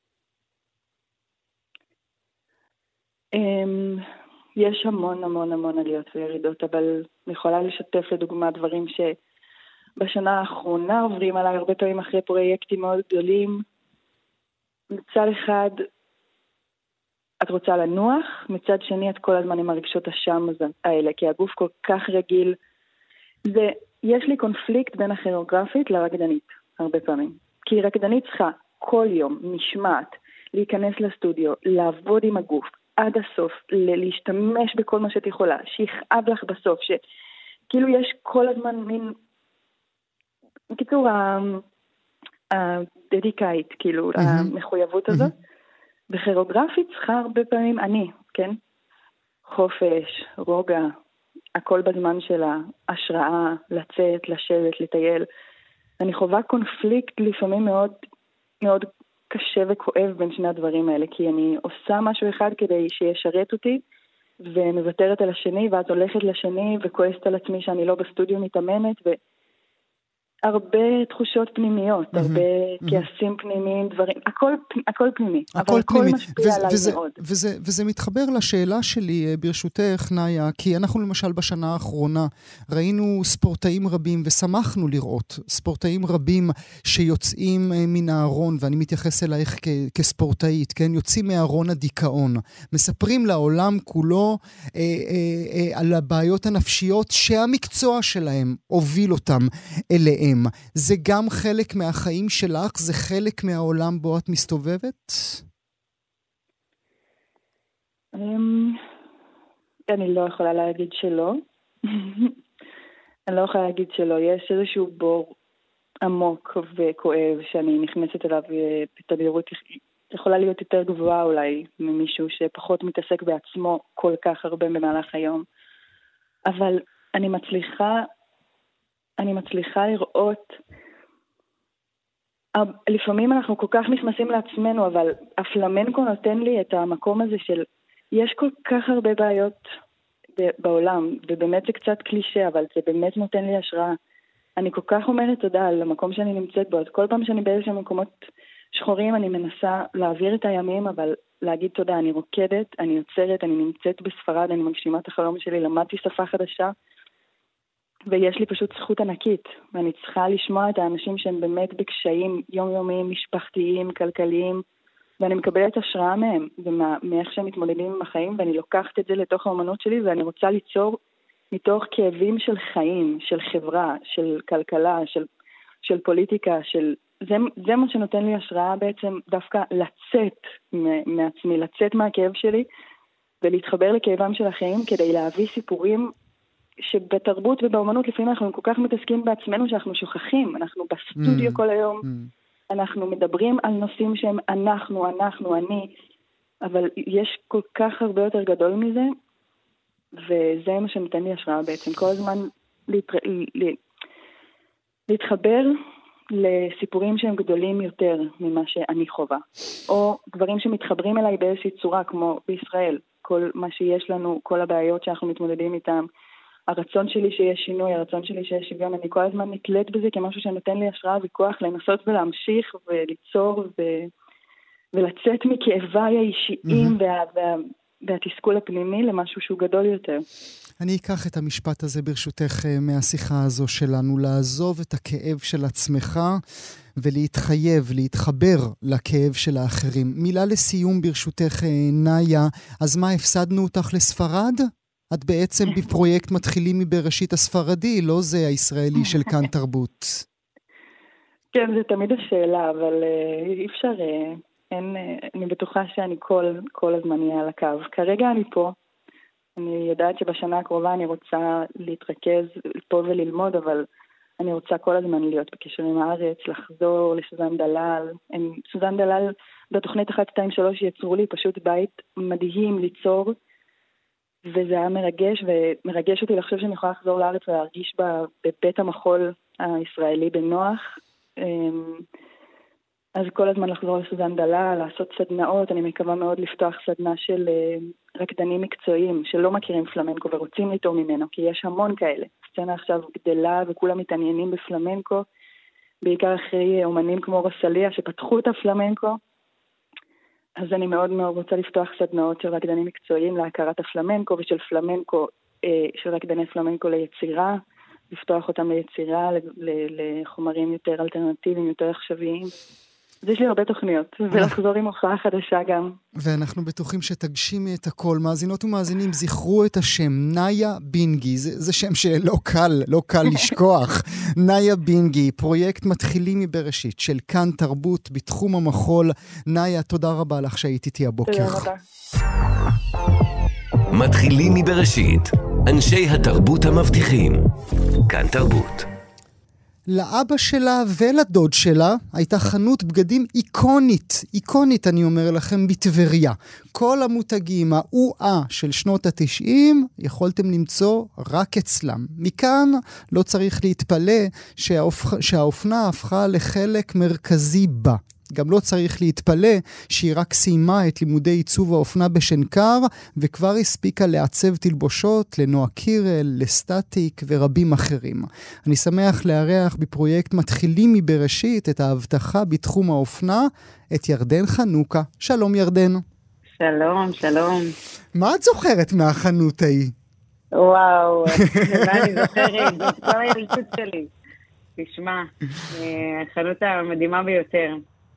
F: יש המון המון המון עליות וירידות, אבל אני יכולה לשתף לדוגמה דברים שבשנה האחרונה עוברים עליי הרבה פעמים אחרי פרויקטים מאוד גדולים. מצד אחד את רוצה לנוח, מצד שני את כל הזמן עם הרגשות השם האלה, כי הגוף כל כך רגיל. זה, יש לי קונפליקט בין הכירוגרפית לרקדנית, הרבה פעמים. כי רקדנית צריכה כל יום, משמעת, להיכנס לסטודיו, לעבוד עם הגוף, עד הסוף, להשתמש בכל מה שאת יכולה, שיכאב לך בסוף, שכאילו יש כל הזמן מין, בקיצור, הדדיקאית, כאילו, המחויבות הזאת. בכירוגרפית צריכה הרבה פעמים אני, כן? חופש, רוגע, הכל בזמן שלה, השראה, לצאת, לשבת, לטייל. אני חווה קונפליקט לפעמים מאוד, מאוד קשה וכואב בין שני הדברים האלה, כי אני עושה משהו אחד כדי שישרת אותי, ומוותרת על השני, ואז הולכת לשני וכועסת על עצמי שאני לא בסטודיו מתאמנת, ו... הרבה תחושות פנימיות, mm-hmm, הרבה mm-hmm. כעסים פנימיים, דברים, הכל, הכל פנימי,
C: הכל
F: אבל
C: פנימי.
F: הכל משפיע
C: וזה,
F: עליי
C: וזה,
F: מאוד.
C: וזה, וזה מתחבר לשאלה שלי, ברשותך, נאיה, כי אנחנו למשל בשנה האחרונה ראינו ספורטאים רבים, ושמחנו לראות ספורטאים רבים שיוצאים מן הארון, ואני מתייחס אלייך כ- כספורטאית, כן? יוצאים מהארון הדיכאון, מספרים לעולם כולו אה, אה, אה, על הבעיות הנפשיות שהמקצוע שלהם הוביל אותם אליהם. זה גם חלק מהחיים שלך? זה חלק מהעולם בו את מסתובבת?
F: אני לא יכולה להגיד שלא. אני לא יכולה להגיד שלא. יש איזשהו בור עמוק וכואב שאני נכנסת אליו בתדירות יכולה להיות יותר גבוהה אולי ממישהו שפחות מתעסק בעצמו כל כך הרבה במהלך היום. אבל אני מצליחה אני מצליחה לראות, לפעמים אנחנו כל כך נכנסים לעצמנו, אבל הפלמנקו נותן לי את המקום הזה של, יש כל כך הרבה בעיות בעולם, ובאמת זה קצת קלישה, אבל זה באמת נותן לי השראה. אני כל כך אומרת תודה על המקום שאני נמצאת בו, אז כל פעם שאני באיזשהם מקומות שחורים, אני מנסה להעביר את הימים, אבל להגיד תודה, אני רוקדת, אני יוצרת, אני נמצאת בספרד, אני מגשימה את החלום שלי, למדתי שפה חדשה, ויש לי פשוט זכות ענקית, ואני צריכה לשמוע את האנשים שהם באמת בקשיים יומיומיים, משפחתיים, כלכליים, ואני מקבלת השראה מהם, ומאיך שהם מתמודדים עם החיים, ואני לוקחת את זה לתוך האמנות שלי, ואני רוצה ליצור מתוך כאבים של חיים, של חברה, של כלכלה, של, של פוליטיקה, של... זה, זה מה שנותן לי השראה בעצם דווקא לצאת מעצמי, לצאת מהכאב שלי, ולהתחבר לכאבם של החיים, כדי להביא סיפורים שבתרבות ובאמנות לפעמים אנחנו כל כך מתעסקים בעצמנו שאנחנו שוכחים, אנחנו בסטודיו mm, כל היום, mm. אנחנו מדברים על נושאים שהם אנחנו, אנחנו, אני, אבל יש כל כך הרבה יותר גדול מזה, וזה מה שנותן לי השראה בעצם, כל הזמן להתר... להתחבר לסיפורים שהם גדולים יותר ממה שאני חובה, או דברים שמתחברים אליי באיזושהי צורה, כמו בישראל, כל מה שיש לנו, כל הבעיות שאנחנו מתמודדים איתם, הרצון שלי שיש שינוי, הרצון שלי שיש שוויון, אני כל הזמן נתלית בזה כמשהו שנותן לי השראה וכוח לנסות ולהמשיך וליצור ו... ולצאת מכאביי האישיים וה... וה... והתסכול הפנימי למשהו שהוא גדול יותר.
C: אני אקח את המשפט הזה ברשותך מהשיחה הזו שלנו, לעזוב את הכאב של עצמך ולהתחייב, להתחבר לכאב של האחרים. מילה לסיום ברשותך נאיה, אז מה, הפסדנו אותך לספרד? את בעצם בפרויקט מתחילים מבראשית הספרדי, לא זה הישראלי של כאן תרבות.
F: כן, זה תמיד השאלה, אבל אי אפשר, אין, אני בטוחה שאני כל, כל הזמן אהיה על הקו. כרגע אני פה, אני יודעת שבשנה הקרובה אני רוצה להתרכז פה וללמוד, אבל אני רוצה כל הזמן להיות בקשר עם הארץ, לחזור לסוזן דלל. הם, סוזן דלל בתוכנית אחת שתיים שלוש יצרו לי פשוט בית מדהים ליצור, וזה היה מרגש, ומרגש אותי לחשוב שאני יכולה לחזור לארץ ולהרגיש בבית המחול הישראלי בנוח. אז כל הזמן לחזור לסוזן דלל, לעשות סדנאות, אני מקווה מאוד לפתוח סדנה של רקדנים מקצועיים שלא מכירים פלמנקו ורוצים ליטור ממנו, כי יש המון כאלה. הסצנה עכשיו גדלה וכולם מתעניינים בפלמנקו, בעיקר אחרי אומנים כמו רוסליה שפתחו את הפלמנקו. אז אני מאוד מאוד רוצה לפתוח סדנאות של רקדנים מקצועיים להכרת הפלמנקו ושל פלמנקו, של רקדני פלמנקו ליצירה, לפתוח אותם ליצירה, לחומרים יותר אלטרנטיביים, יותר עכשוויים. אז יש לי הרבה תוכניות, ולחזור עם הופעה חדשה גם.
C: ואנחנו בטוחים שתגשימי את הכל. מאזינות ומאזינים, זכרו את השם, נאיה בינגי. זה, זה שם שלא קל, לא קל לשכוח. נאיה בינגי, פרויקט מתחילים מבראשית של כאן תרבות בתחום המחול. נאיה, תודה רבה לך שהיית איתי הבוקר.
F: תודה רבה.
B: מתחילים מבראשית, אנשי התרבות המבטיחים. כאן תרבות.
C: לאבא שלה ולדוד שלה הייתה חנות בגדים איקונית, איקונית אני אומר לכם, בטבריה. כל המותגים, האואה של שנות התשעים, יכולתם למצוא רק אצלם. מכאן לא צריך להתפלא שהאופ... שהאופנה הפכה לחלק מרכזי בה. גם לא צריך להתפלא שהיא רק סיימה את לימודי עיצוב האופנה בשנקר, וכבר הספיקה לעצב תלבושות לנועה קירל, לסטטיק ורבים אחרים. אני שמח לארח בפרויקט מתחילים מבראשית את ההבטחה בתחום האופנה, את ירדן חנוכה. שלום ירדן.
E: שלום, שלום.
C: מה את זוכרת מהחנות ההיא?
E: וואו, מה אני זוכרת? זאת כל הילדות שלי. תשמע, החנות המדהימה ביותר.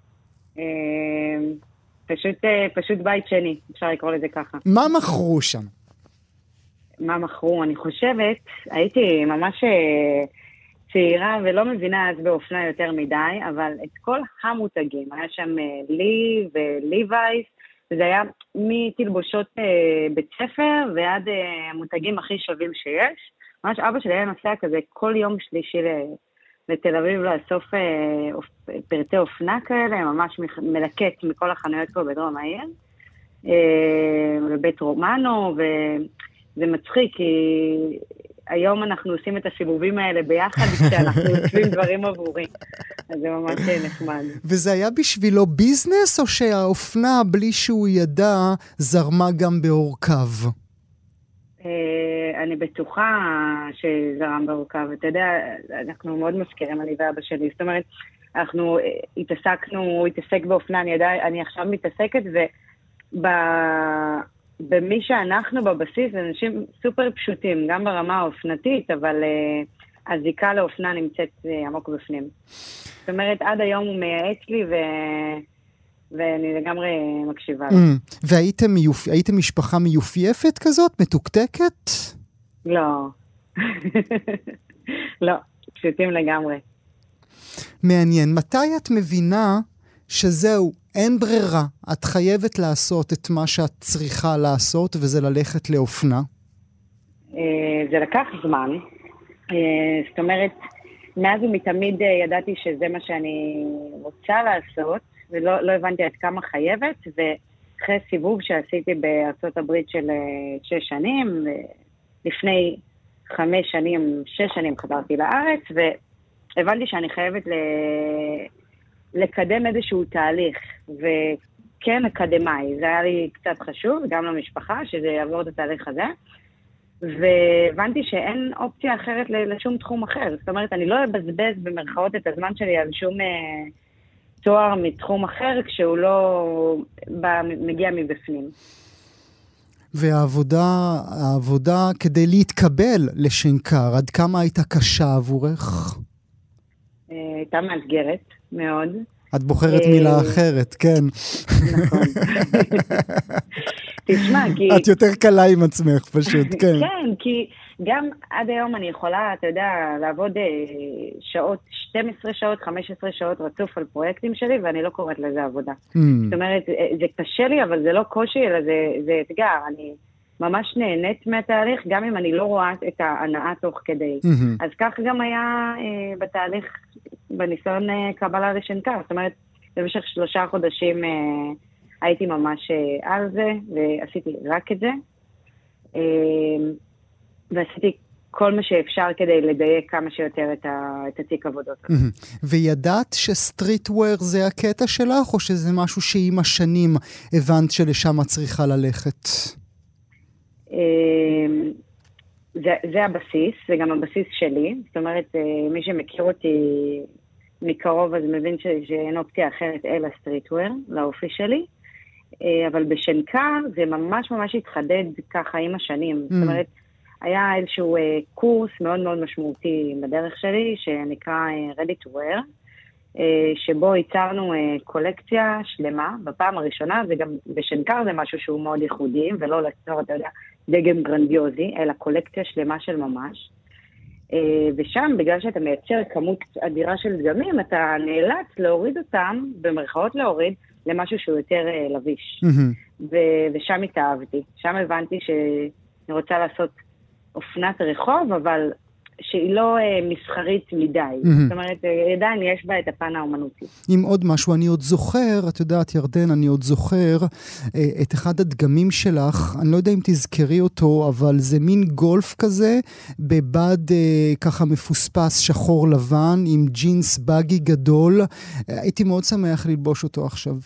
E: פשוט, פשוט בית שני, אפשר לקרוא לזה ככה.
C: מה מכרו שם?
E: מה מכרו? אני חושבת, הייתי ממש צעירה ולא מבינה אז באופנה יותר מדי, אבל את כל המותגים, היה שם לי וליווייס, וזה היה מתלבושות בית ספר ועד המותגים הכי שווים שיש. ממש אבא שלי היה נוסע כזה כל יום שלישי לתל אביב לאסוף פרטי אופנה כאלה, ממש מלקט מכל החנויות פה בדרום העיר, בבית רומנו, וזה מצחיק, כי היום אנחנו עושים את הסיבובים האלה ביחד, כשאנחנו עושים דברים עבורי. אז זה ממש נחמד.
C: וזה היה בשבילו ביזנס, או שהאופנה, בלי שהוא ידע, זרמה גם באורקיו?
E: אני בטוחה שזרם באורקיו. אתה יודע, אנחנו מאוד מזכירים על אבא שלי. זאת אומרת, אנחנו התעסקנו, הוא התעסק באופנה, אני, יודע, אני עכשיו מתעסקת, ובמי שאנחנו בבסיס, זה אנשים סופר פשוטים, גם ברמה האופנתית, אבל uh, הזיקה לאופנה נמצאת uh, עמוק בפנים. זאת אומרת, עד היום הוא מייעץ לי, ו... ואני לגמרי מקשיבה. Mm.
C: והייתם מיופ... הייתם משפחה מיופייפת כזאת? מתוקתקת?
E: לא. לא, פשוטים לגמרי.
C: מעניין. מתי את מבינה שזהו, אין ברירה, את חייבת לעשות את מה שאת צריכה לעשות, וזה ללכת לאופנה?
E: זה לקח זמן. זאת אומרת, מאז ומתמיד ידעתי שזה מה שאני רוצה לעשות, ולא לא הבנתי עד כמה חייבת, ואחרי סיבוב שעשיתי בארצות הברית של שש שנים, לפני חמש שנים, שש שנים חזרתי לארץ, והבנתי שאני חייבת ל... לקדם איזשהו תהליך, וכן אקדמאי, זה היה לי קצת חשוב, גם למשפחה, שזה יעבור את התהליך הזה, והבנתי שאין אופציה אחרת לשום תחום אחר, זאת אומרת, אני לא אבזבז במרכאות את הזמן שלי על שום אה, תואר מתחום אחר, כשהוא לא בא, מגיע מבפנים.
C: והעבודה, העבודה כדי להתקבל לשנקר, עד כמה הייתה קשה עבורך?
E: הייתה מאתגרת מאוד.
C: את בוחרת מילה אחרת, כן.
E: נכון. תשמע, כי...
C: את יותר קלה עם עצמך, פשוט, כן.
E: כן, כי גם עד היום אני יכולה, אתה יודע, לעבוד שעות, שתים עשרה שעות, חמש עשרה שעות רצוף על פרויקטים שלי, ואני לא קוראת לזה עבודה. זאת אומרת, זה קשה לי, אבל זה לא קושי, אלא זה אתגר. אני ממש נהנית מהתהליך, גם אם אני לא רואה את ההנאה תוך כדי. אז כך גם היה בתהליך, בניסיון קבלה לשנקר. זאת אומרת, במשך שלושה חודשים הייתי ממש על זה, ועשיתי רק את זה. ועשיתי כל מה שאפשר כדי לדייק כמה שיותר את התיק עבודות.
C: וידעת שסטריטוור זה הקטע שלך, או שזה משהו שעם השנים הבנת שלשם את צריכה ללכת?
E: זה, זה הבסיס, זה גם הבסיס שלי. זאת אומרת, מי שמכיר אותי מקרוב, אז מבין שאין אופציה אחרת אלא סטריטוור, לאופי שלי. אבל בשנקר זה ממש ממש התחדד ככה עם השנים. Mm. זאת אומרת, היה איזשהו קורס מאוד מאוד משמעותי בדרך שלי, שנקרא Ready to Wear, שבו ייצרנו קולקציה שלמה. בפעם הראשונה, זה גם בשנקר זה משהו שהוא מאוד ייחודי, ולא לצור, אתה יודע, דגם גרנדיוזי, אלא קולקציה שלמה של ממש. ושם, בגלל שאתה מייצר כמות אדירה של דגמים, אתה נאלץ להוריד אותם, במרכאות להוריד, למשהו שהוא יותר לביש. Mm-hmm. ו- ושם התאהבתי. שם הבנתי שאני רוצה לעשות אופנת רחוב, אבל שהיא לא אה, מסחרית מדי. Mm-hmm. זאת אומרת, עדיין יש בה את הפן האומנותי.
C: עם עוד משהו, אני עוד זוכר, את יודעת ירדן, אני עוד זוכר אה, את אחד הדגמים שלך, אני לא יודע אם תזכרי אותו, אבל זה מין גולף כזה, בבד אה, ככה מפוספס שחור לבן, עם ג'ינס בגי גדול. אה, הייתי מאוד שמח ללבוש אותו עכשיו.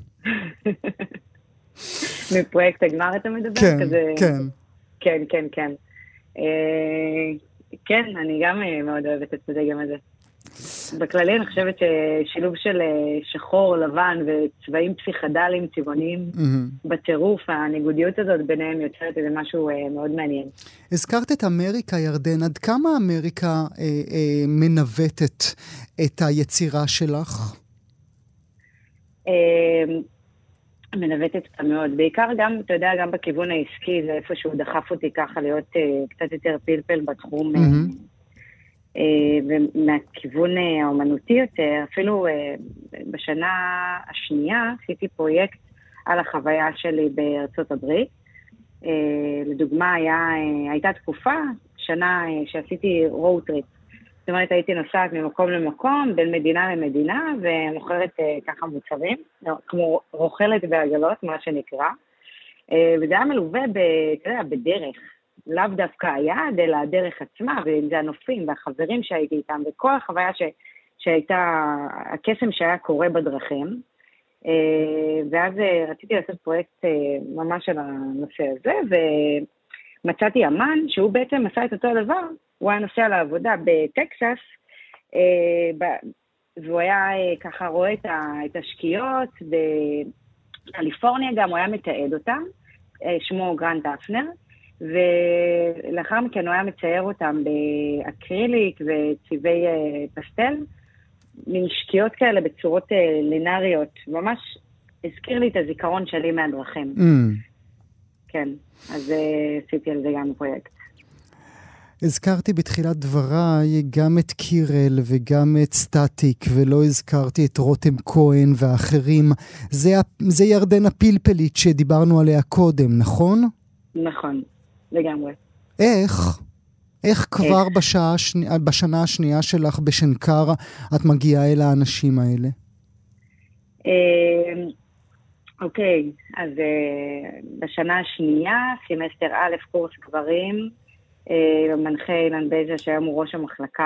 E: מפרויקט הגמר אתה מדבר?
C: כן,
E: כזה...
C: כן.
E: כן, כן, כן. אה... כן, אני גם מאוד אוהבת את הדגם הזה. בכללי אני חושבת ששילוב של שחור, לבן וצבעים פסיכדליים, צבעוניים, mm-hmm. בטירוף, הניגודיות הזאת ביניהם יוצרת איזה משהו מאוד מעניין.
C: הזכרת את אמריקה, ירדן. עד כמה אמריקה אה, אה, מנווטת את היצירה שלך?
E: אה, מנווטת אותה מאוד. בעיקר גם, אתה יודע, גם בכיוון העסקי, זה איפשהו דחף אותי ככה להיות uh, קצת יותר פלפל בתחום, mm-hmm. uh, uh, ומהכיוון uh, האומנותי יותר, אפילו uh, בשנה השנייה עשיתי פרויקט על החוויה שלי בארצות הברית. Uh, לדוגמה, היה, uh, הייתה תקופה, שנה uh, שעשיתי road trip. זאת אומרת, הייתי נוסעת ממקום למקום, בין מדינה למדינה, ומוכרת uh, ככה מוצרים, כמו רוכלת בעגלות, מה שנקרא. Uh, וזה היה מלווה ב, אתה יודע, בדרך, לאו דווקא היעד, אלא הדרך עצמה, וזה הנופים והחברים שהייתי איתם, וכל החוויה ש, שהייתה, הקסם שהיה קורה בדרכים. Uh, ואז uh, רציתי לעשות פרויקט uh, ממש על הנושא הזה, ומצאתי אמן, שהוא בעצם עשה את אותו דבר, הוא היה נוסע לעבודה בטקסס, והוא היה ככה רואה את השקיעות, בקליפורניה גם הוא היה מתעד אותם, שמו גרנט אפנר, ולאחר מכן הוא היה מצייר אותם באקריליק וצבעי פסטל, מין שקיעות כאלה בצורות לינאריות, ממש הזכיר לי את הזיכרון שלי מהדרכים. Mm. כן, אז עשיתי על זה גם פרויקט.
C: הזכרתי בתחילת דבריי גם את קירל וגם את סטטיק, ולא הזכרתי את רותם כהן ואחרים. זה, זה ירדן הפלפלית שדיברנו עליה קודם, נכון?
E: נכון, לגמרי.
C: איך? איך כבר איך? בשעה השני, בשנה השנייה שלך בשנקר את מגיעה אל האנשים האלה?
E: אוקיי, אז בשנה השנייה, סמסטר א', קורס גברים, מנחה אילן בז'ה שהיום הוא ראש המחלקה,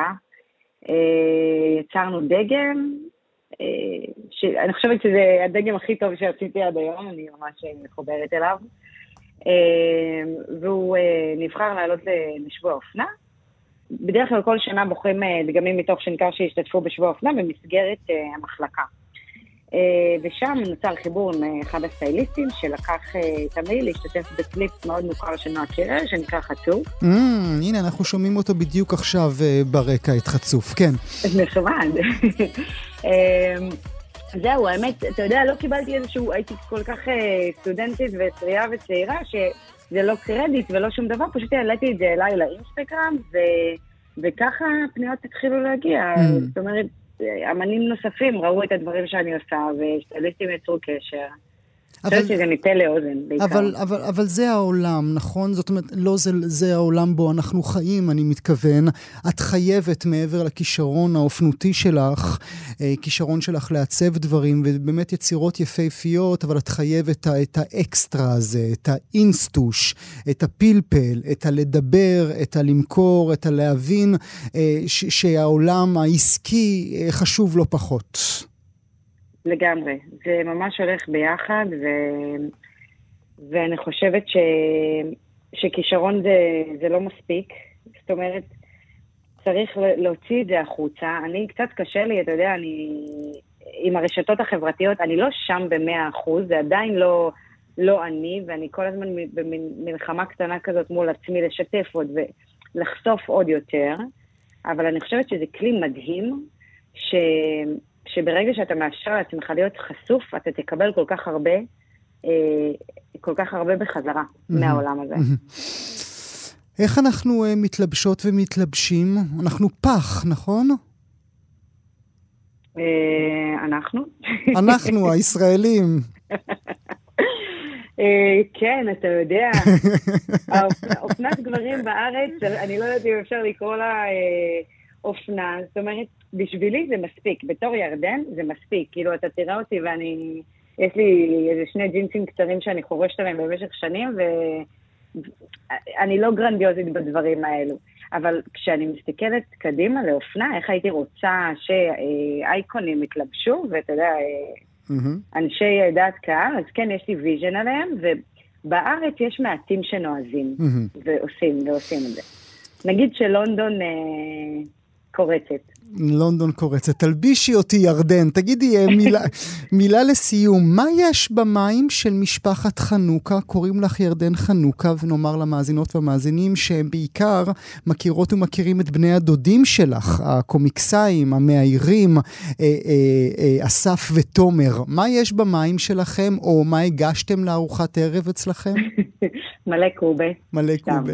E: יצרנו דגם, אני חושבת שזה הדגם הכי טוב שעשיתי עד היום, אני ממש מחוברת אליו, והוא נבחר לעלות לשבוע אופנה. בדרך כלל כל שנה בוחרים דגמים מתוך שנקר שהשתתפו בשבוע אופנה במסגרת המחלקה. ושם נוצר חיבור עם אחד הסטייליסטים שלקח תמיד להשתתף בקליפ מאוד מוכר של נועה קירל שנקרא חצוף.
C: הנה אנחנו שומעים אותו בדיוק עכשיו ברקע, את חצוף, כן.
E: נחמד. זהו, האמת, אתה יודע, לא קיבלתי איזשהו, הייתי כל כך סטודנטית וטריה וצעירה שזה לא קרדיט ולא שום דבר, פשוט העליתי את זה אליי לאינסטגרם וככה פניות התחילו להגיע, זאת אומרת, אמנים נוספים ראו את הדברים שאני עושה, וסטייליסטים יצרו קשר. אני חושבת שזה ניתן לאוזן, בעיקר.
C: אבל, אבל, אבל זה העולם, נכון? זאת אומרת, לא זה, זה העולם בו אנחנו חיים, אני מתכוון. את חייבת מעבר לכישרון האופנותי שלך, כישרון שלך לעצב דברים, ובאמת יצירות יפהפיות, אבל את חייבת את האקסטרה הזה, את האינסטוש, את הפלפל, את הלדבר, את הלמכור, את הלהבין, ש- שהעולם העסקי חשוב לא פחות.
E: לגמרי, זה ממש הולך ביחד, ו... ואני חושבת ש... שכישרון זה, זה לא מספיק, זאת אומרת, צריך להוציא את זה החוצה. אני קצת קשה לי, אתה יודע, אני עם הרשתות החברתיות, אני לא שם במאה אחוז, זה עדיין לא, לא אני, ואני כל הזמן במלחמה קטנה כזאת מול עצמי לשתף עוד ולחשוף עוד יותר, אבל אני חושבת שזה כלי מדהים, ש... שברגע שאתה מאשר לעצמך להיות חשוף, אתה תקבל כל כך הרבה, כל כך הרבה בחזרה מהעולם הזה.
C: איך אנחנו מתלבשות ומתלבשים? אנחנו פח, נכון?
E: אנחנו?
C: אנחנו, הישראלים.
E: כן, אתה יודע, אופנת גברים בארץ, אני לא יודעת אם אפשר לקרוא לה אופנה, זאת אומרת, בשבילי זה מספיק, בתור ירדן זה מספיק, כאילו אתה תראה אותי ואני, יש לי איזה שני ג'ינסים קצרים שאני חורשת עליהם במשך שנים, ואני לא גרנדיוזית בדברים האלו, אבל כשאני מסתכלת קדימה לאופנה, איך הייתי רוצה שאייקונים יתלבשו, ואתה יודע, אנשי דעת קהל, אז כן, יש לי ויז'ן עליהם, ובארץ יש מעטים שנועזים, ועושים, ועושים את זה. נגיד שלונדון קורצת.
C: לונדון קורצת. תלבישי אותי ירדן. תגידי מילה, מילה לסיום. מה יש במים של משפחת חנוכה? קוראים לך ירדן חנוכה, ונאמר למאזינות והמאזינים שהם בעיקר מכירות ומכירים את בני הדודים שלך, הקומיקסאים, המאיירים, אסף ותומר. מה יש במים שלכם, או מה הגשתם לארוחת ערב אצלכם?
E: מלא קובה.
C: מלא קובה.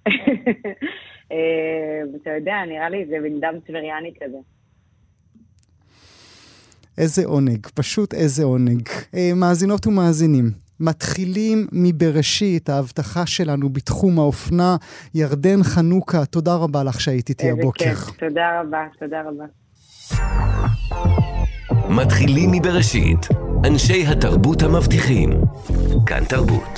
E: אתה יודע, נראה לי זה בן דם טבריאני כזה.
C: איזה עונג, פשוט איזה עונג. מאזינות ומאזינים, מתחילים מבראשית ההבטחה שלנו בתחום האופנה. ירדן חנוכה, תודה רבה לך שהיית איתי הבוקר.
E: איזה כיף, תודה רבה, תודה רבה.
B: מתחילים מבראשית, אנשי התרבות המבטיחים. כאן תרבות.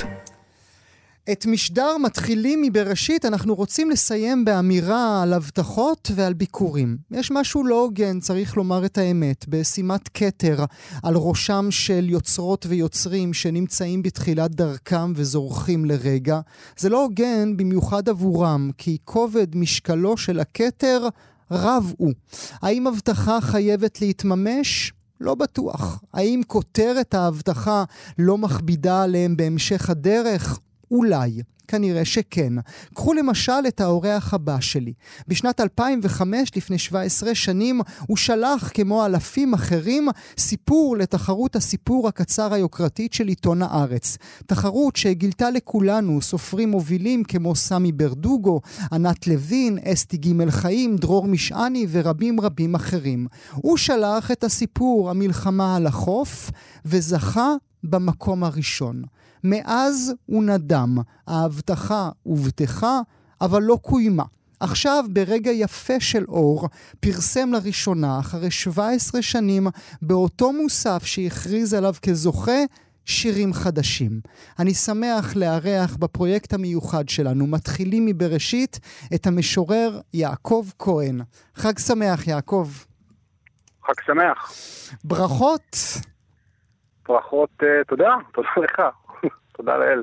C: את משדר מתחילים מבראשית, אנחנו רוצים לסיים באמירה על הבטחות ועל ביקורים. יש משהו לא הוגן, צריך לומר את האמת, בשימת כתר על ראשם של יוצרות ויוצרים שנמצאים בתחילת דרכם וזורחים לרגע. זה לא הוגן במיוחד עבורם, כי כובד משקלו של הכתר רב הוא. האם הבטחה חייבת להתממש? לא בטוח. האם כותרת ההבטחה לא מכבידה עליהם בהמשך הדרך? אולי, כנראה שכן. קחו למשל את האורח הבא שלי. בשנת אלפיים וחמש, לפני שבע עשרה שנים, הוא שלח כמו אלפים אחרים סיפור לתחרות הסיפור הקצר היוקרתית של עיתון הארץ. תחרות שגילתה לכולנו סופרים מובילים כמו סמי ברדוגו, ענת לוין, אסתי ג' חיים, דרור משעני ורבים רבים אחרים. הוא שלח את הסיפור המלחמה על החוף וזכה במקום הראשון. מאז הוא נדם, ההבטחה הובטחה, אבל לא קוימה. עכשיו, ברגע יפה של אור, פרסם לראשונה, אחרי שבע עשרה שנים, באותו מוסף שהכריז עליו כזוכה, שירים חדשים. אני שמח לארח בפרויקט המיוחד שלנו, מתחילים מבראשית, את המשורר יעקב כהן. חג שמח, יעקב.
G: חג שמח.
C: ברכות.
G: ברכות, תודה, תודה לך. תודה לאל.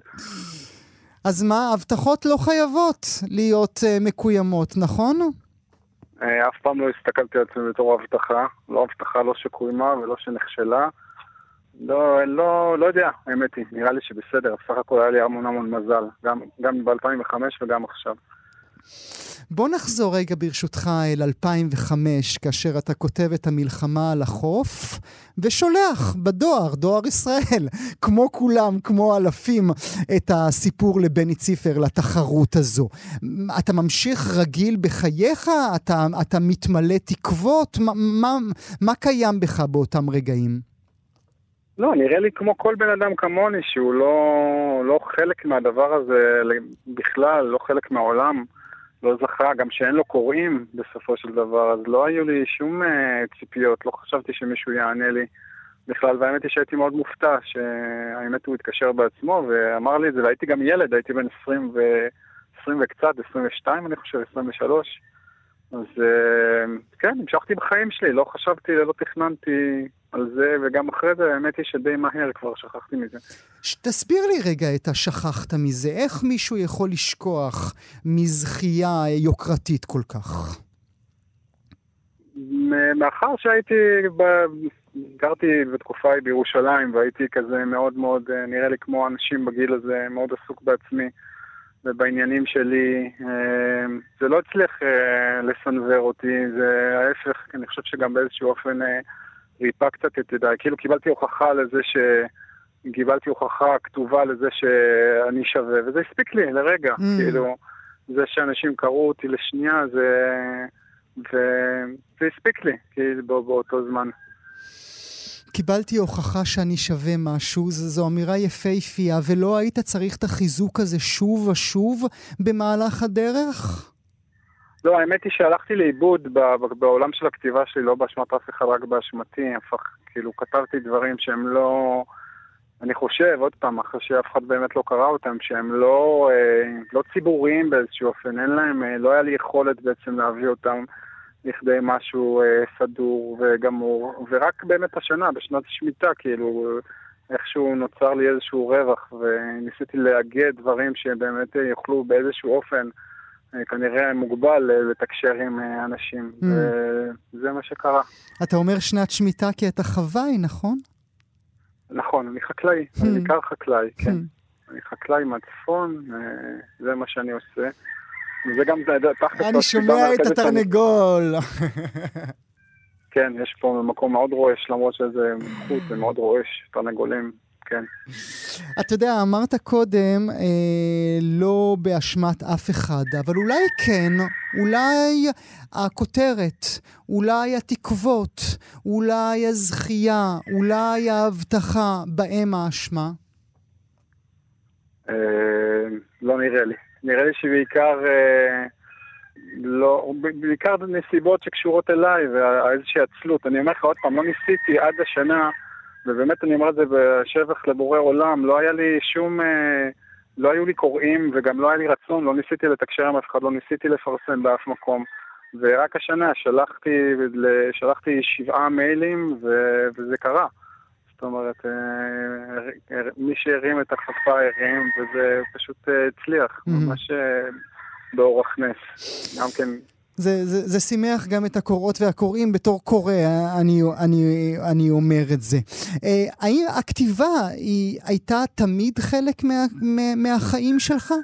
C: אז מה, הבטחות לא חייבות להיות uh, מקוימות, נכון?
G: Uh, אף פעם לא הסתכלתי על עצמי בתור הבטחה. לא הבטחה, לא שקוימה ולא שנכשלה. לא, לא, לא יודע, האמת היא. נראה לי שבסדר. סך הכל היה לי המון המון מזל. גם, גם ב-אלפיים וחמש וגם עכשיו.
C: בוא נחזור רגע ברשותך אל אלפיים וחמש, כאשר אתה כותב את המלחמה על החוף, ושולח בדואר, דואר ישראל, כמו כולם, כמו אלפים, את הסיפור לבני ציפר, לתחרות הזו. אתה ממשיך רגיל בחייך? אתה, אתה מתמלא תקוות? מה, מה, מה קיים בך באותם רגעים?
G: לא, נראה לי כמו כל בן אדם כמוני, שהוא לא, לא חלק מהדבר הזה בכלל, לא חלק מהעולם. לא זכה, גם שאין לו קוראים בסופו של דבר, אז לא היו לי שום uh, ציפיות, לא חשבתי שמישהו יענה לי בכלל, והאמת היא שהייתי מאוד מופתע, שהאמת הוא התקשר בעצמו ואמר לי את זה, והייתי גם ילד, הייתי בן עשרים ו... עשרים וקצת, עשרים ושתיים אני חושב, עשרים ושלוש, אז uh, כן, המשכתי בחיים שלי, לא חשבתי, לא תכננתי על זה, וגם אחרי זה האמת היא שדי מהר כבר שכחתי מזה.
C: תסביר לי רגע את השכחת מזה, איך מישהו יכול לשכוח מזכייה יוקרתית כל כך?
G: מאחר שהייתי, ב... גרתי בתקופה בירושלים, והייתי כזה מאוד מאוד, נראה לי כמו אנשים בגיל הזה, מאוד עסוק בעצמי, ובעניינים שלי, זה לא הצליח לסנבר אותי, זה ההפך, אני חושב שגם באיזשהו אופן ריפה קצת את ידיי, כאילו קיבלתי הוכחה לזה ש... קיבלתי הוכחה כתובה לזה שאני שווה, וזה הספיק לי לרגע, mm. כאילו, זה שאנשים קראו אותי לשנייה, זה... וזה הספיק לי, כאילו, בא... באותו זמן.
C: קיבלתי הוכחה שאני שווה משהו, זו אמירה יפהפייה, ולא היית צריך את החיזוק הזה שוב ושוב במהלך הדרך?
G: לא, האמת היא שהלכתי לאיבוד בעולם של הכתיבה שלי, לא באשמת אף אחד, רק באשמתי, הפך, כאילו, כתבתי דברים שהם לא, אני חושב, עוד פעם, אחרי שאף אחד באמת לא קרא אותם, שהם לא, לא ציבוריים באיזשהו אופן, אין להם, לא היה לי יכולת בעצם להביא אותם לכדי משהו סדור וגמור, ורק באמת השנה, בשנת השמיטה, כאילו, איכשהו נוצר לי איזשהו רווח, וניסיתי להגד דברים שבאמת יוכלו באיזשהו אופן, כנראה מוגבל לתקשר עם אנשים, mm. וזה מה שקרה. אתה
C: אומר שנת שמיטה כי אתה חוואי, נכון?
G: נכון, אני חקלאי, mm. אני בעיקר חקלאי, כן. Mm. אני חקלאי מהצפון, זה מה שאני עושה. וזה גם תחת...
C: אני שומע את התרנגול.
G: כן, יש פה מקום מאוד רועש, למרות שזה חוץ, זה מאוד רועש, תרנגולים. כן.
C: אתה יודע, אמרת קודם, אה, לא באשמת אף אחד, אבל אולי כן, אולי הכותרת, אולי התקוות, אולי הזכייה, אולי ההבטחה, בהם האשמה?
G: אה, לא נראה לי. נראה לי שבעיקר, אה, לא, בעיקר נסיבות שקשורות אליי, ואיזושהי עצלות. אני אומר לך עוד פעם, לא ניסיתי עד השנה, ובאמת אני אומר את זה בשבח לבורא עולם, לא היה לי שום, לא היו לי קוראים וגם לא היה לי רצון, לא ניסיתי לתקשר עם אף אחד, לא ניסיתי לפרסם באף מקום. ורק השנה שלחתי, שלחתי שבעה מיילים וזה קרה. זאת אומרת, מי שהרים את החפה הרים, וזה פשוט הצליח, ממש באורח נס. גם כן...
C: זה, זה, זה שימח גם את הקוראות והקוראים בתור קורא, אני, אני, אני אומר את זה. האם הכתיבה היא הייתה תמיד חלק מה, מה, מהחיים שלך?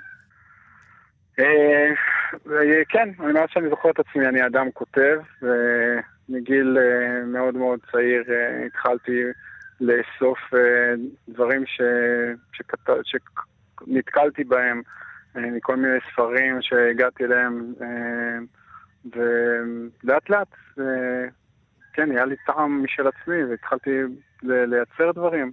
G: כן, אני אומר שאני זוכר את עצמי, אני אדם כותב, ומגיל מאוד מאוד צעיר התחלתי לאסוף דברים ש, שכת, שנתקלתי בהם, מכל מיני ספרים שהגעתי אליהם, ולאט לאט, כן, היה לי טעם משל עצמי, והתחלתי לייצר דברים.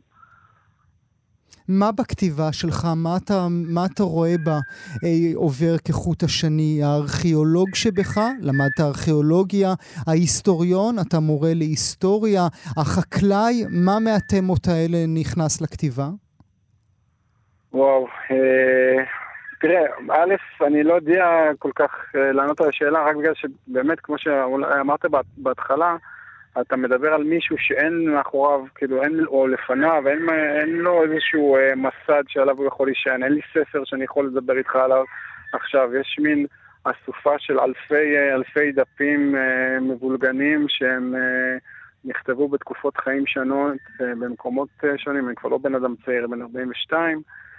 C: מה בכתיבה שלך, מה אתה, מה אתה רואה בה אה, עובר כחוט השני? הארכיאולוג שבך, למדת ארכיאולוגיה, ההיסטוריון, אתה מורה להיסטוריה, החקלאי, מה מהתמות האלה נכנס לכתיבה?
G: וואו, אה... תראה, א', אני לא יודע כל כך לענות על השאלה, רק בגלל שבאמת, כמו שאמרת בהתחלה, אתה מדבר על מישהו שאין מאחוריו, כאילו, אין, או לפניו, אין, אין לו איזשהו מסד שעליו הוא יכול להישען, אין לי ספר שאני יכול לדבר איתך עליו עכשיו, יש מין אסופה של אלפי, אלפי דפים מבולגנים שהם נכתבו בתקופות חיים שונות, במקומות שונים, אני כבר לא בן אדם צעיר, בן ארבעים ושתיים,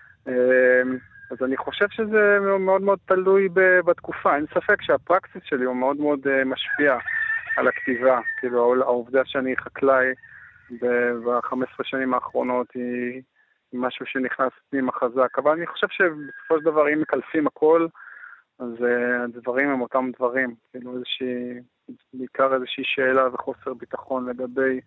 G: אז אני חושב שזה מאוד מאוד תלוי בתקופה. אין ספק שהפרקסיס שלי הוא מאוד מאוד משפיע על הכתיבה. כאילו, העובדה שאני חקלאי ב-חמש עשרה שנים האחרונות היא משהו שנכנס פנימה חזק. אבל אני חושב שבסופו של דבר, אם מקלפים הכל, אז הדברים הם אותם דברים. כאילו, איזושהי, בעיקר איזושהי שאלה וחוסר ביטחון לגבי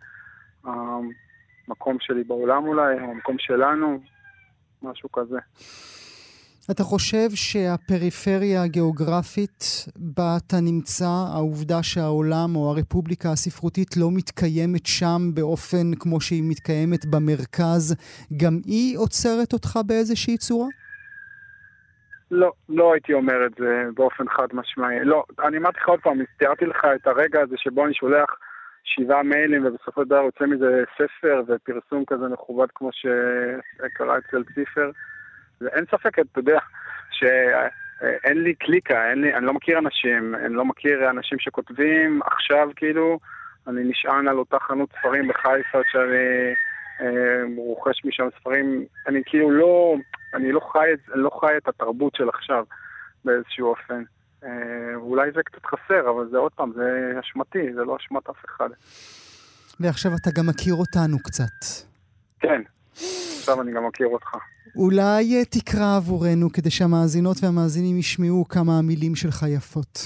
G: המקום שלי בעולם אולי, או המקום שלנו, משהו כזה.
C: אתה חושב שהפריפריה הגיאוגרפית בה אתה נמצא, העובדה שהעולם או הרפובליקה הספרותית לא מתקיימת שם באופן כמו שהיא מתקיימת במרכז, גם היא עוצרת אותך באיזושהי צורה?
G: לא, לא הייתי אומר את זה באופן חד משמעי. לא, אני אמרתי לך עוד פעם, תיארתי לך את הרגע הזה שבו אני שולח שבעה מיילים ובסופו של דבר יוצא מזה ספר ופרסום כזה מכובד כמו שקרה אצל ציפר. ואין ספק, אתה יודע, שאין לי קליקה, אין לי, אני לא מכיר אנשים, אני לא מכיר אנשים שכותבים עכשיו, כאילו, אני נשען על אותה חנות ספרים בחיפה שאני אה, רוכש משם ספרים, אני כאילו לא, אני לא חי, לא חי את התרבות של עכשיו באיזשהו אופן. אה, אולי זה קצת חסר, אבל זה עוד פעם, זה אשמתי, זה לא אשמת אף אחד.
C: ועכשיו אתה גם מכיר אותנו קצת.
G: כן, עכשיו אני גם מכיר אותך.
C: אולי תקרא עבורנו כדי שהמאזינות והמאזינים ישמעו כמה המילים שלך יפות.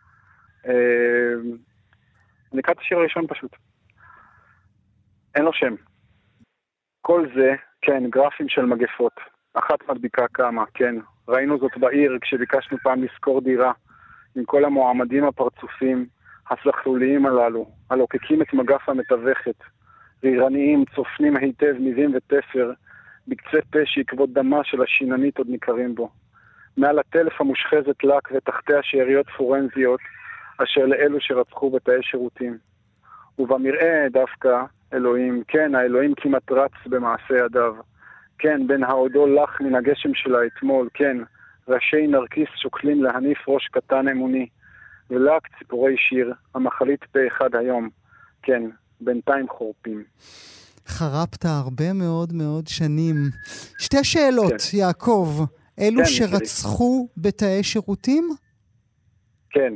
G: אני אקרא את השיר הראשון פשוט. אין לו שם. כל זה, כן, גרפים של מגפות. אחת מדביקה כמה, כן. ראינו זאת בעיר כשביקשנו פעם לזכור דירה, עם כל המועמדים הפרצופים, הסחלוליים הללו, הלוקקים את מגף המתווכת, רירניים, צופנים היטב, ניבים ותפר, בקצה פה שעקבות דמה של השיננית עוד ניכרים בו. מעל הטלף המושחזת לק ותחתיה שאריות פורנזיות, אשר לאלו שרצחו בתאי שירותים. ובמראה דווקא, אלוהים, כן, האלוהים כמעט רץ במעשה ידיו. כן, בין העודו לך מן הגשם שלה אתמול, כן, ראשי נרקיס שוקלים להניף ראש קטן אמוני, ולק ציפורי שיר, המחלית פה אחד היום, כן, בינתיים חורפים.
C: חרפת הרבה מאוד מאוד שנים. שתי שאלות, כן. יעקב, אלו כן, שרצחו מכירי. בתאי שירותים?
G: כן.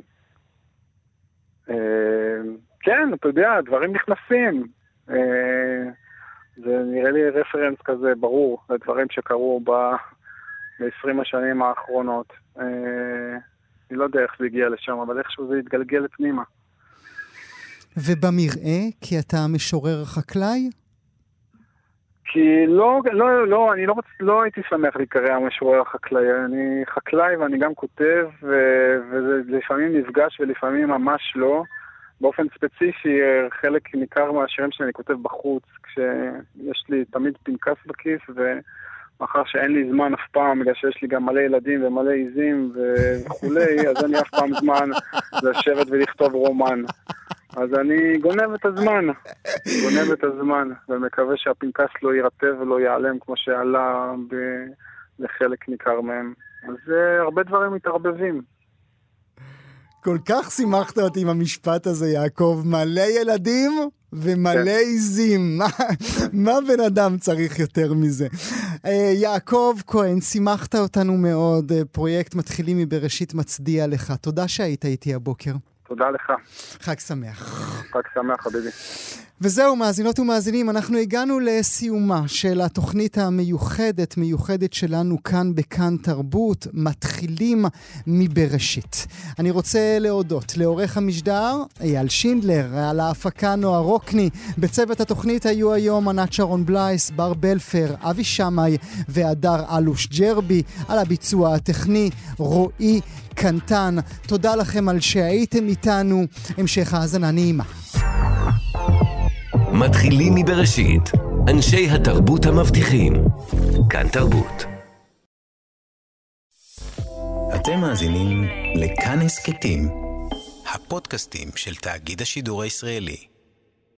G: כן, אתה יודע, דברים נכנסים. זה נראה לי רפרנס כזה ברור, לדברים שקרו ב-עשרים השנים האחרונות. אני לא יודע איך זה הגיע לשם, אבל איכשהו זה התגלגל לפנימה.
C: ובמראה, כי אתה משורר חקלאי?
G: כי לא, לא, לא, אני לא, רוצ, לא הייתי שמח להיקרא המשורר החקלאי. אני חקלאי ואני גם כותב, ו- וזה לפעמים נפגש ולפעמים ממש לא. באופן ספציפי, חלק ניכר מהשירים שאני כותב בחוץ, כשיש לי תמיד פנקס בכיס, ומאחר שאין לי זמן אף פעם, בגלל שיש לי גם מלא ילדים ומלא עיזים וכולי, אז אין לי אף פעם זמן לשבת ולכתוב רומן. אז אני גונב את הזמן, גונב את הזמן, ומקווה שהפנקס לא יירטב ולא ייעלם כמו שעלה ב- לחלק ניכר מהם. אז הרבה דברים מתערבבים.
C: כל כך שימחת אותי עם המשפט הזה, יעקב, מלא ילדים ומלא עיזים. מה, מה בן אדם צריך יותר מזה? יעקב כהן, שימחת אותנו מאוד, פרויקט מתחילים מבראשית מצדיע לך. תודה שהיית איתי הבוקר.
G: תודה לך.
C: חג שמח.
G: חג שמח, חביבי.
C: וזהו, מאזינות ומאזינים, אנחנו הגענו לסיומה של התוכנית המיוחדת, מיוחדת שלנו כאן בכאן תרבות, מתחילים מבראשית. אני רוצה להודות לעורך המשדר, אייל שינדלר, על ההפקה נועה רוקני, בצוות התוכנית היו היום ענת שרון בלייס, בר בלפר, אבי שמאי והדר אלוש ג'רבי, על הביצוע הטכני, רועי קנטן. תודה לכם על שהייתם איתנו, המשך האזנה נעימה.
B: מתחילים מבראשית, אנשי התרבות המבטיחים, כאן תרבות.
A: אתם מאזינים לכאן הסכתים, הפודקאסטים של תאגיד השידור הישראלי.